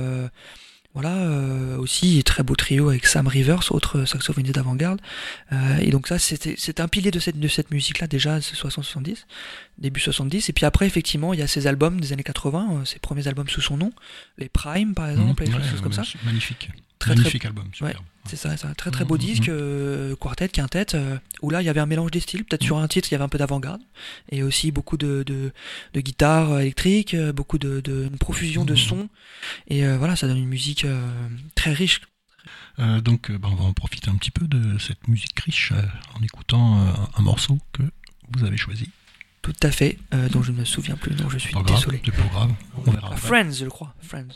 Speaker 4: voilà, aussi très beau trio avec Sam Rivers, autre saxophoniste d'avant-garde. Et donc ça, c'était un pilier de cette musique-là déjà, 60-70, début 70. Et puis après, effectivement, il y a ces albums des années 80, ses premiers albums sous son nom, les Prime par exemple, et des choses comme ça.
Speaker 2: Magnifique.
Speaker 4: Magnifique
Speaker 2: album, superbe.
Speaker 4: Ouais, c'est ça, c'est un très très beau disque, quartet, quintet, où là il y avait un mélange des styles. Peut-être sur un titre il y avait un peu d'avant-garde, et aussi beaucoup de guitare électrique, beaucoup une profusion de sons, et voilà, ça donne une musique très riche.
Speaker 2: Donc on va en profiter un petit peu de cette musique riche en écoutant un morceau que vous avez choisi.
Speaker 4: Tout à fait, dont je ne me souviens plus, donc je suis désolé.
Speaker 2: C'est pas grave, on verra.
Speaker 4: Friends, je crois. Friends.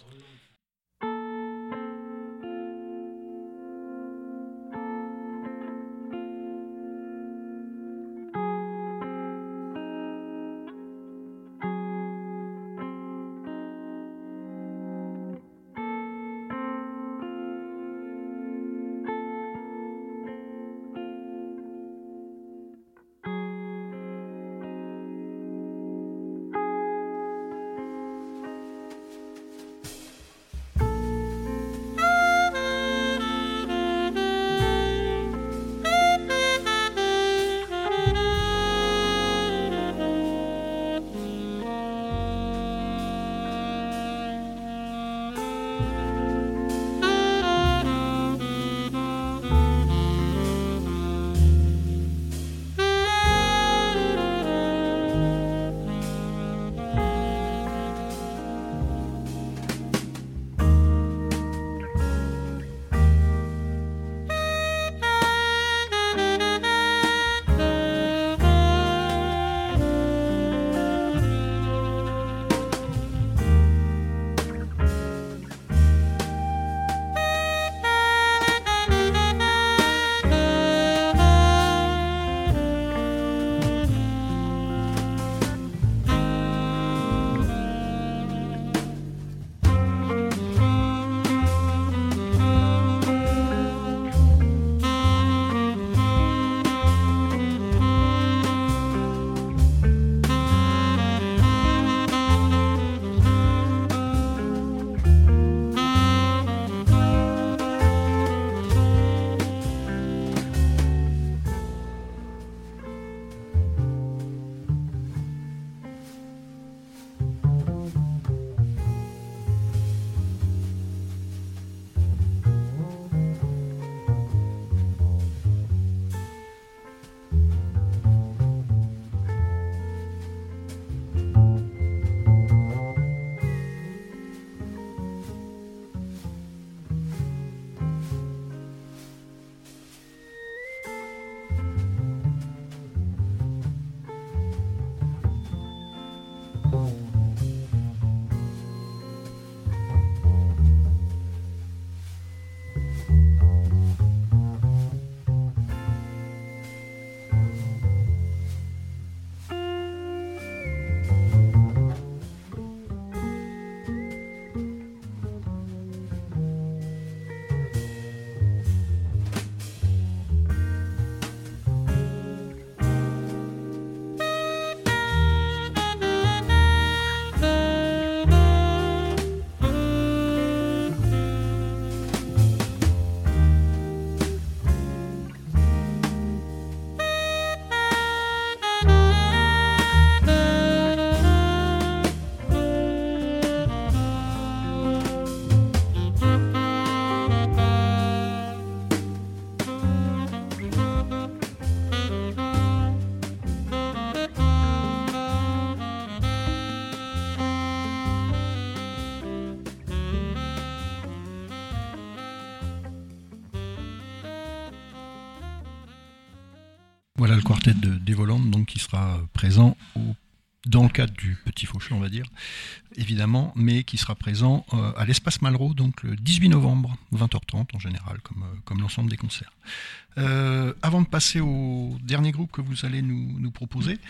Speaker 2: Voilà le quartet d'Evoland donc qui sera présent dans le cadre du Petit Faucheux, on va dire, évidemment, mais qui sera présent à l'Espace Malraux, donc le 18 novembre, 20h30 en général, comme l'ensemble des concerts. Avant de passer au dernier groupe que vous allez nous proposer,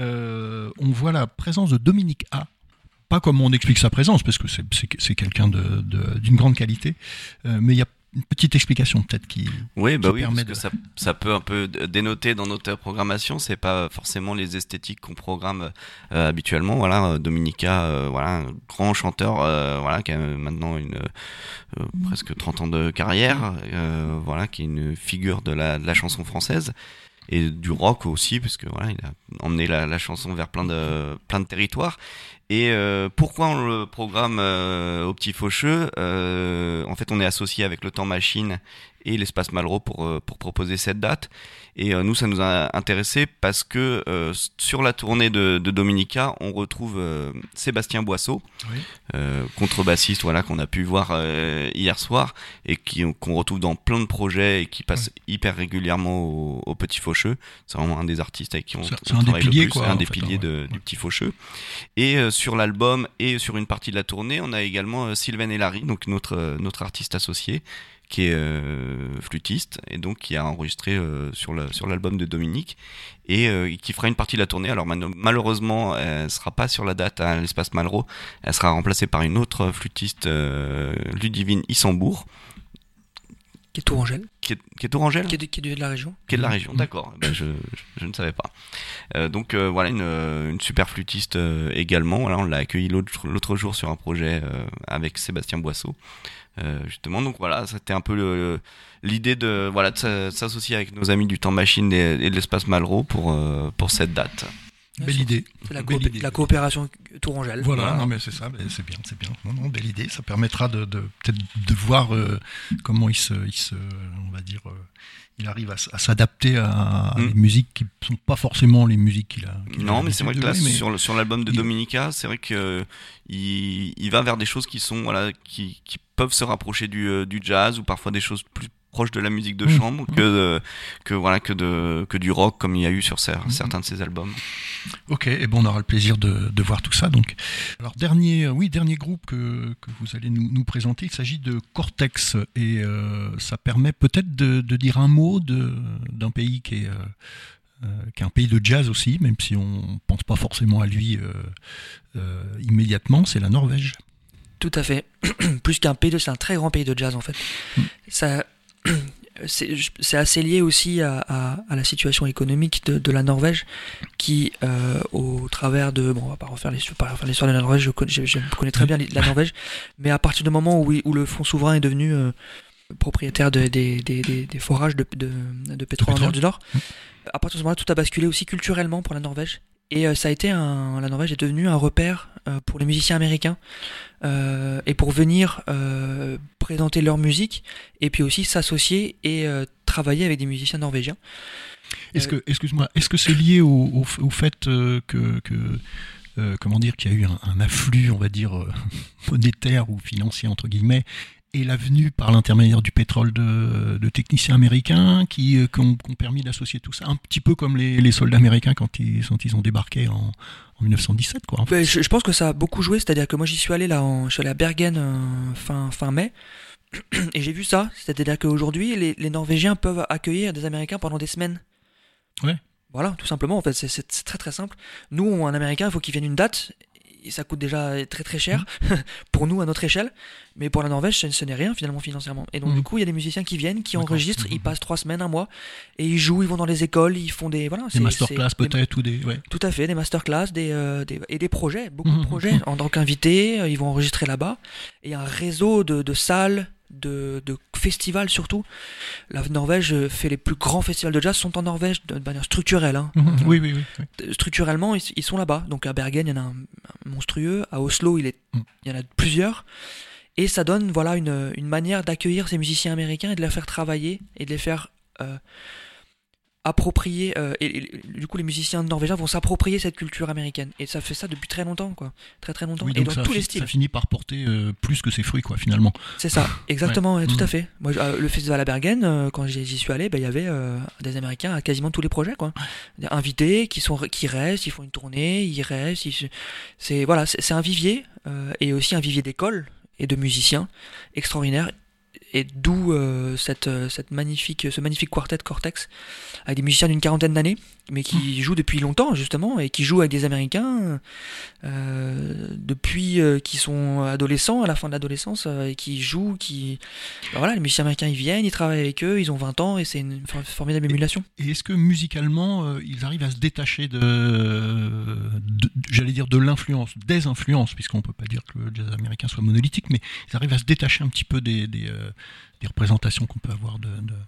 Speaker 2: on voit la présence de Dominique A. Pas comme on explique sa présence, parce que c'est quelqu'un d'une grande qualité, mais il y a une petite explication peut-être qui permet
Speaker 3: parce que ça peut un peu dénoter dans notre programmation. C'est pas forcément les esthétiques qu'on programme habituellement. Voilà, Dominica, un grand chanteur, qui a maintenant presque 30 ans de carrière, qui est une figure de la chanson française. Et du rock aussi, parce que il a emmené la chanson vers plein de territoires. Et pourquoi on le programme au Petit Faucheux en fait, on est associé avec le Temps Machine et l'Espace Malraux pour proposer cette date. Et nous, ça nous a intéressé parce que sur la tournée de Dominica, on retrouve Sébastien Boisseau, contrebassiste, qu'on a pu voir hier soir et qu'on retrouve dans plein de projets et qui passe hyper régulièrement au Petit Faucheux. C'est vraiment un des artistes avec qui on travaille le plus, un des piliers du Petit Faucheux. Et sur l'album et sur une partie de la tournée, on a également Sylvain et Larry, donc notre artiste associé, qui est flûtiste et donc qui a enregistré sur l'album de Dominique et qui fera une partie de la tournée. Alors malheureusement, elle sera pas sur la date à l'Espace Malraux. Elle sera remplacée par une autre flûtiste, Ludivine Issambourg.
Speaker 4: Qui est Tourangelle.
Speaker 3: Qui est Tourangelle ?
Speaker 4: Qui est de la région.
Speaker 3: Qui est de la région, d'accord. Je ne savais pas. Donc une super flûtiste également. Voilà, on l'a accueilli l'autre jour sur un projet avec Sébastien Boisseau. Justement, donc voilà, c'était un peu l'idée de s'associer avec nos amis du Temps Machine et de l'Espace Malraux pour cette date.
Speaker 2: Belle idée.
Speaker 4: C'est la coopération Tourangelle.
Speaker 2: Voilà, non mais c'est ça, c'est bien. Non, belle idée. Ça permettra de peut-être de voir comment on va dire, il arrive à s'adapter à des musiques qui sont pas forcément les musiques qu'il a.
Speaker 3: Non, mais c'est vrai que là, sur l'album de Dominica, c'est vrai que il va vers des choses qui sont qui peuvent se rapprocher du jazz ou parfois des choses plus proches de la musique de chambre que du rock comme il y a eu sur certains de ses albums.
Speaker 2: Ok, et on aura le plaisir de voir tout ça. Donc, alors dernier groupe que vous allez nous présenter, il s'agit de Cortex et ça permet peut-être de dire un mot d'un pays qui est un pays de jazz aussi, même si on pense pas forcément à lui immédiatement. C'est la Norvège.
Speaker 4: Tout à fait. Plus qu'un pays c'est un très grand pays de jazz en fait. Ça. C'est assez lié aussi à la situation économique de la Norvège qui, au travers de... Bon, on va pas refaire l'histoire de la Norvège, je connais très bien la Norvège, mais à partir du moment où le fonds souverain est devenu propriétaire des forages de pétrole en mer du Nord, à partir de ce moment-là, tout a basculé aussi culturellement pour la Norvège. Et ça a été la Norvège est devenue un repère pour les musiciens américains et pour venir présenter leur musique et puis aussi s'associer et travailler avec des musiciens norvégiens.
Speaker 2: Est-ce que c'est lié au fait que comment dire, qu'il y a eu un afflux, on va dire, monétaire ou financier entre guillemets, et la venue par l'intermédiaire du pétrole de techniciens américains qui ont permis d'associer tout ça, un petit peu comme les soldats américains quand ils ont débarqué en 1917, quoi. En fait.
Speaker 4: Je pense que ça a beaucoup joué, c'est-à-dire que moi je suis allé à Bergen fin mai, et j'ai vu ça, c'est-à-dire qu'aujourd'hui les Norvégiens peuvent accueillir des Américains pendant des semaines.
Speaker 2: Ouais.
Speaker 4: Voilà, tout simplement, en fait, c'est très très simple. Nous, un Américain, il faut qu'il vienne une date. Et ça coûte déjà très très cher pour nous à notre échelle, mais pour la Norvège ce n'est rien finalement financièrement. Et donc du coup il y a des musiciens qui viennent, qui enregistrent, ils passent 3 semaines, 1 mois, et ils jouent, ils vont dans les écoles, ils font des
Speaker 2: masterclass peut-être ou des
Speaker 4: tout à fait, des masterclass, et des projets, beaucoup de projets en tant qu'invités, ils vont enregistrer là-bas. Et il y a un réseau de salles, de festivals surtout. La Norvège fait les plus grands festivals de jazz sont en Norvège de manière structurelle.
Speaker 2: Oui.
Speaker 4: Structurellement, ils sont là-bas. Donc à Bergen, il y en a un monstrueux. À Oslo, il y en a plusieurs. Et ça donne une manière d'accueillir ces musiciens américains et de les faire travailler et de les faire approprier et du coup les musiciens norvégiens vont s'approprier cette culture américaine, et ça fait ça depuis très longtemps, quoi, très très longtemps,
Speaker 2: Oui,
Speaker 4: et
Speaker 2: donc
Speaker 4: dans tous les styles.
Speaker 2: Ça finit par porter plus que ses fruits, quoi, finalement.
Speaker 4: C'est ça, exactement,
Speaker 2: Ouais.
Speaker 4: tout à fait. Moi, le festival à Bergen, quand j'y suis allé, il y avait des Américains à quasiment tous les projets, quoi. Des invités qui restent, ils font une tournée, ils restent. C'est un vivier, et aussi un vivier d'écoles et de musiciens extraordinaires. Et d'où ce magnifique quartet Cortex, avec des musiciens d'une quarantaine d'années, mais qui jouent depuis longtemps, justement, et qui jouent avec des Américains depuis qu'ils sont adolescents, à la fin de l'adolescence, et qui jouent, les musiciens américains, ils viennent, ils travaillent avec eux, ils ont 20 ans, et c'est une formidable émulation.
Speaker 2: Et est-ce que musicalement, ils arrivent à se détacher j'allais dire de l'influence, des influences, puisqu'on peut pas dire que le jazz américain soit monolithique, mais ils arrivent à se détacher un petit peu des représentations qu'on peut avoir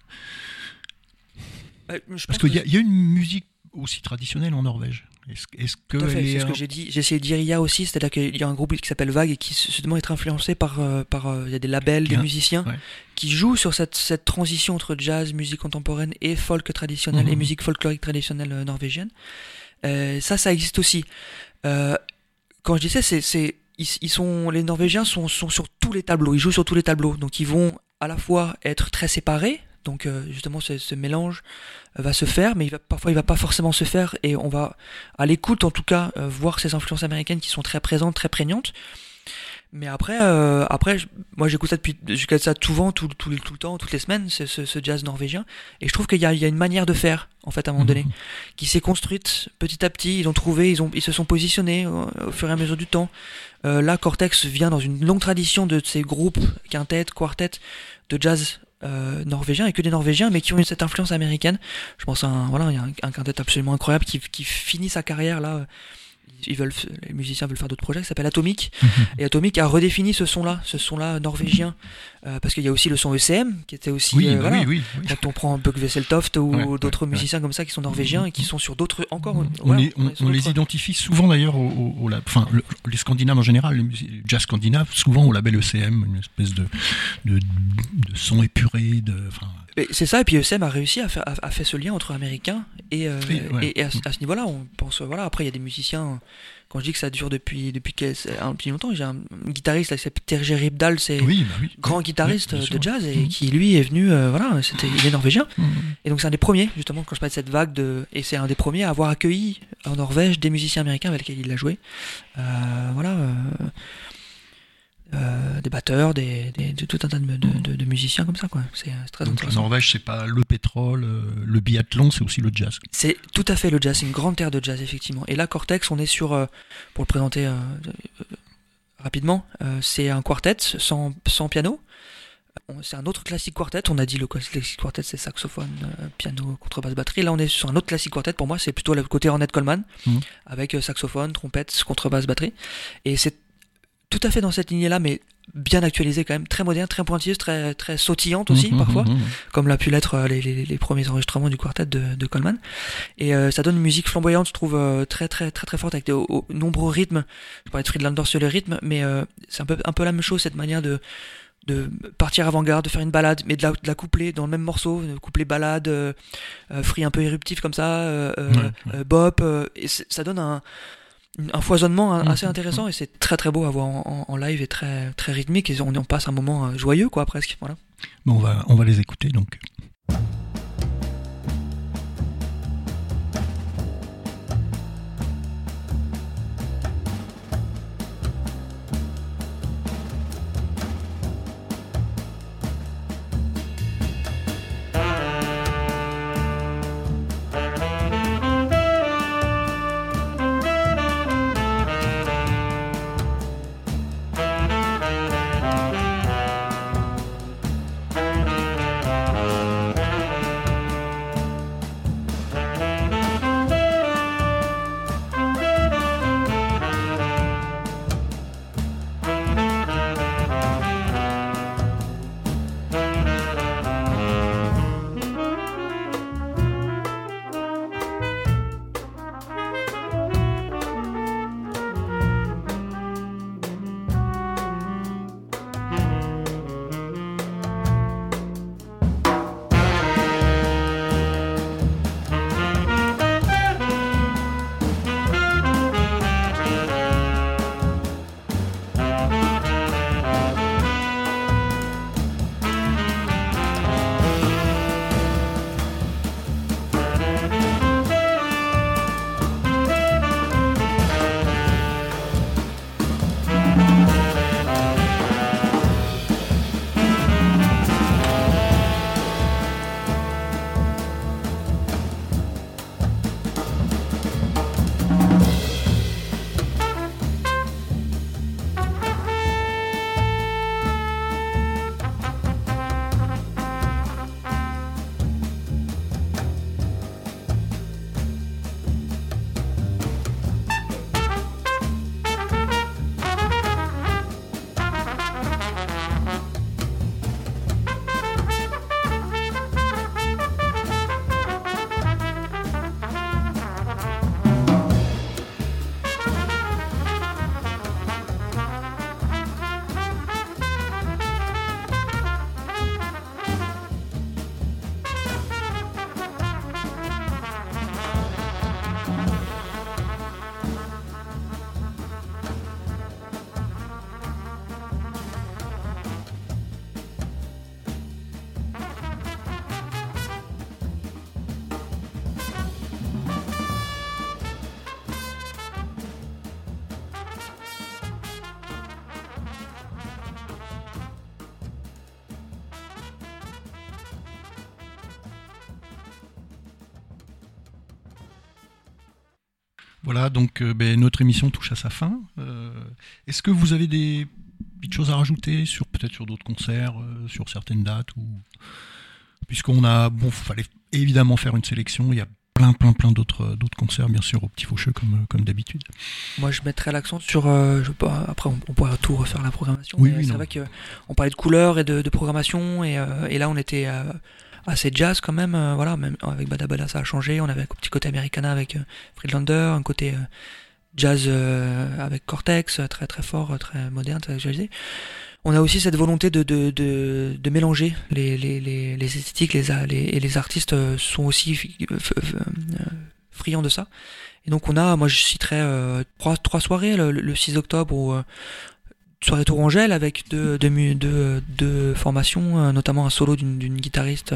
Speaker 2: Parce qu'il y a une musique aussi traditionnelle en Norvège. Est-ce que
Speaker 4: tout à fait, c'est ce que j'ai dit. J'ai essayé de dire hier aussi, c'est-à-dire qu'il y a un groupe qui s'appelle Vague et qui se demande être influencé par il y a des labels, des musiciens qui jouent sur cette transition entre jazz, musique contemporaine et folk traditionnelle et musique folklorique traditionnelle norvégienne. Ça existe aussi. Quand je dis ça, les Norvégiens sont sur tous les tableaux, ils jouent sur tous les tableaux, donc ils vont à la fois être très séparés, donc justement ce mélange va se faire, mais parfois il va pas forcément se faire, et on va à l'écoute en tout cas voir ces influences américaines qui sont très présentes, très prégnantes. Mais après moi j'écoute ça souvent, tout le temps, toutes les semaines, ce jazz norvégien, et je trouve qu'il y a une manière de faire, en fait, à un moment donné, qui s'est construite petit à petit. Ils se sont positionnés au fur et à mesure du temps. Là, Cortex vient dans une longue tradition de ces groupes quintet, quartet de jazz norvégien, et que des Norvégiens, mais qui ont eu cette influence américaine. Je pense il y a un quintet absolument incroyable qui finit sa carrière là. Les musiciens veulent faire d'autres projets, qui s'appelle Atomic. Et Atomic a redéfini ce son-là norvégien, parce qu'il y a aussi le son ECM qui était aussi
Speaker 2: oui.
Speaker 4: Quand on prend Buck Vesseltoft ou d'autres musiciens comme ça qui sont norvégiens et qui sont sur d'autres encore.
Speaker 2: On les identifie souvent d'ailleurs les Scandinaves en général, les jazz scandinaves, souvent au label ECM, une espèce de son épuré.
Speaker 4: C'est ça, et puis ECM a réussi à faire ce lien entre américains et à ce niveau-là, on pense. Après, il y a des musiciens. Quand je dis que ça dure depuis longtemps, j'ai un guitariste là, qui s'appelle Terje Ribdal, c'est grand guitariste de jazz, et qui lui est venu, il est norvégien, et donc c'est un des premiers, justement, quand je parle de cette vague et c'est un des premiers à avoir accueilli en Norvège des musiciens américains avec lesquels il a joué, des batteurs, tout un tas de musiciens comme ça, quoi. C'est très
Speaker 2: donc
Speaker 4: intéressant.
Speaker 2: La Norvège, c'est pas le pétrole, le biathlon, c'est aussi le jazz.
Speaker 4: C'est tout à fait le jazz, c'est une grande terre de jazz, effectivement. Et là, Cortex, on est sur, pour le présenter rapidement, c'est un quartet sans piano. C'est un autre classique quartet. On a dit le classique quartet, c'est saxophone, piano, contrebasse, batterie. Là, on est sur un autre classique quartet. Pour moi, c'est plutôt le côté Ornette Coleman, avec saxophone, trompette, contrebasse, batterie. Et c'est tout à fait dans cette lignée-là, mais bien actualisée quand même, très moderne, très pointilleuse, très, très sautillante aussi, parfois, comme l'a pu l'être les premiers enregistrements du quartet de Coleman. Et ça donne une musique flamboyante, je trouve, très, très, très, très forte, avec de nombreux rythmes. Je parlais de Friedlander sur le rythme, mais c'est un peu la même chose, cette manière de partir avant-garde, de faire une balade, mais de la coupler dans le même morceau, coupler balade, free un peu éruptif comme ça, bop, et ça donne un foisonnement assez intéressant, et c'est très très beau à voir en live, et très très rythmique, et on passe un moment joyeux, quoi, presque. Voilà.
Speaker 2: Bon, on va les écouter donc. Voilà, donc notre émission touche à sa fin. Est-ce que vous avez des petites choses à rajouter peut-être sur d'autres concerts, sur certaines dates puisqu'on a fallait évidemment faire une sélection. Il y a plein d'autres concerts, bien sûr, au Petit Faucheux comme d'habitude.
Speaker 4: Moi, je mettrais l'accent sur. Après, on pourra tout refaire la programmation.
Speaker 2: Oui,
Speaker 4: c'est vrai qu'on parlait de couleurs et de programmation, et là, on était assez jazz quand même. Même avec Bada Bada, ça a changé. On avait un petit côté Americana avec Friedlander, un côté jazz avec Cortex, très très fort, très moderne, très actualisé. On a aussi cette volonté de mélanger les esthétiques, et les artistes sont aussi friands de ça. Et donc moi je citerai trois soirées, le 6 octobre où soirée Tourangelle avec deux formations, notamment un solo d'une guitariste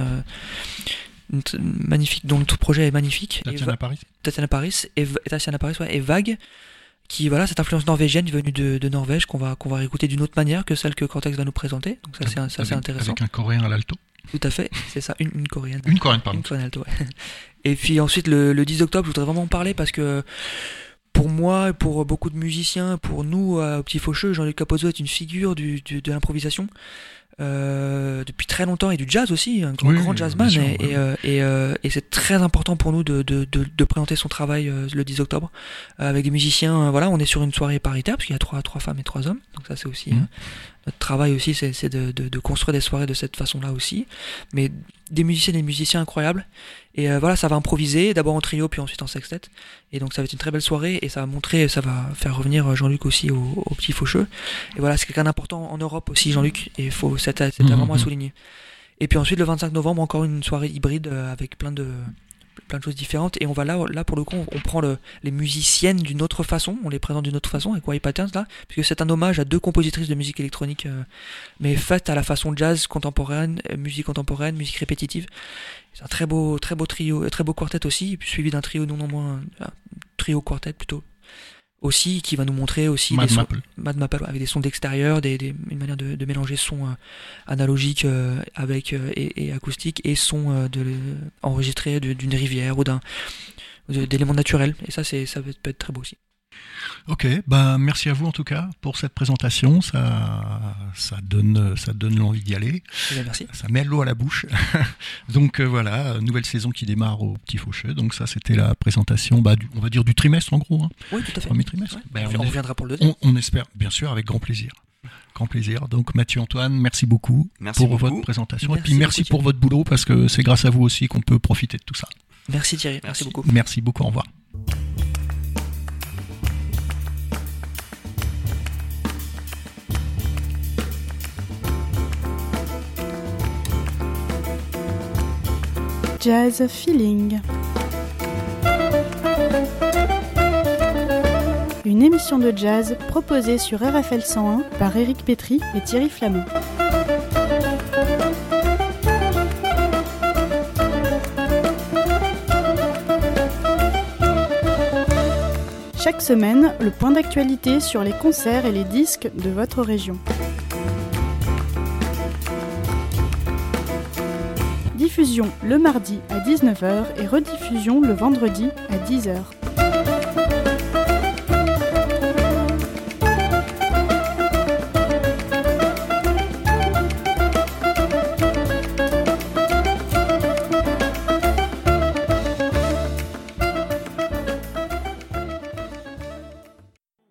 Speaker 4: magnifique, dont le tout projet est magnifique. Tatiana Paris et Vague, qui cette influence norvégienne venue de Norvège qu'on va réécouter d'une autre manière que celle que Cortex va nous présenter. Donc ça c'est intéressant.
Speaker 2: Avec un coréen à l'alto.
Speaker 4: Tout à fait, c'est ça, une coréenne.
Speaker 2: Une coréenne, pardon.
Speaker 4: Une coréenne alto, ouais. Et puis ensuite le 10 octobre, je voudrais vraiment en parler parce que pour moi, pour beaucoup de musiciens, pour nous au Petit Faucheux, Jean-Luc Capozzo est une figure de l'improvisation. Depuis très longtemps, et du jazz aussi, un grand jazzman, sûr, et c'est très important pour nous de présenter son travail le 10 octobre avec des musiciens. On est sur une soirée paritaire parce qu'il y a trois femmes et 3 hommes, donc ça c'est aussi notre travail aussi, c'est de construire des soirées de cette façon-là aussi, mais des musiciennes et des musiciens incroyables, et ça va improviser d'abord en trio puis ensuite en sextet, et donc ça va être une très belle soirée, et ça va faire revenir Jean-Luc aussi au Petit Faucheux, et c'est quelqu'un d'important en Europe aussi, Jean-Luc, et c'est vraiment à souligner. Et puis ensuite le 25 novembre, encore une soirée hybride avec plein de choses différentes, et on va là pour le coup on prend les musiciennes d'une autre façon, on les présente d'une autre façon avec White Patterns là, puisque c'est un hommage à 2 compositrices de musique électronique, mais faites à la façon jazz contemporaine, musique répétitive. C'est un très beau trio, très beau quartet aussi, suivi d'un trio non moins, un trio quartet plutôt aussi, qui va nous montrer aussi Mad Maple avec des sons d'extérieur, une manière de mélanger sons analogiques avec et acoustiques, et sons enregistrés d'une rivière ou d'éléments naturels, et ça peut être très beau aussi.
Speaker 2: Ok, merci à vous en tout cas pour cette présentation, ça donne l'envie d'y aller.
Speaker 4: Merci.
Speaker 2: Ça met l'eau à la bouche. Donc nouvelle saison qui démarre au Petit Faucheux. Donc ça c'était la présentation, on va dire du trimestre en gros.
Speaker 4: Oui, tout à fait.
Speaker 2: Premier trimestre.
Speaker 4: Ouais. On reviendra pour le deuxième.
Speaker 2: On espère, bien sûr, avec grand plaisir. Grand plaisir. Donc Mathieu, Antoine, merci beaucoup pour votre présentation. Et puis merci pour votre boulot, parce que c'est grâce à vous aussi qu'on peut profiter de tout ça.
Speaker 4: Merci Thierry, merci beaucoup.
Speaker 2: Merci beaucoup, au revoir.
Speaker 1: Jazz Feeling. Une émission de jazz proposée sur RFL 101 par Éric Pétry et Thierry Flamand. Chaque semaine, le point d'actualité sur les concerts et les disques de votre région. Diffusion le mardi à 19h et rediffusion le vendredi à 10h.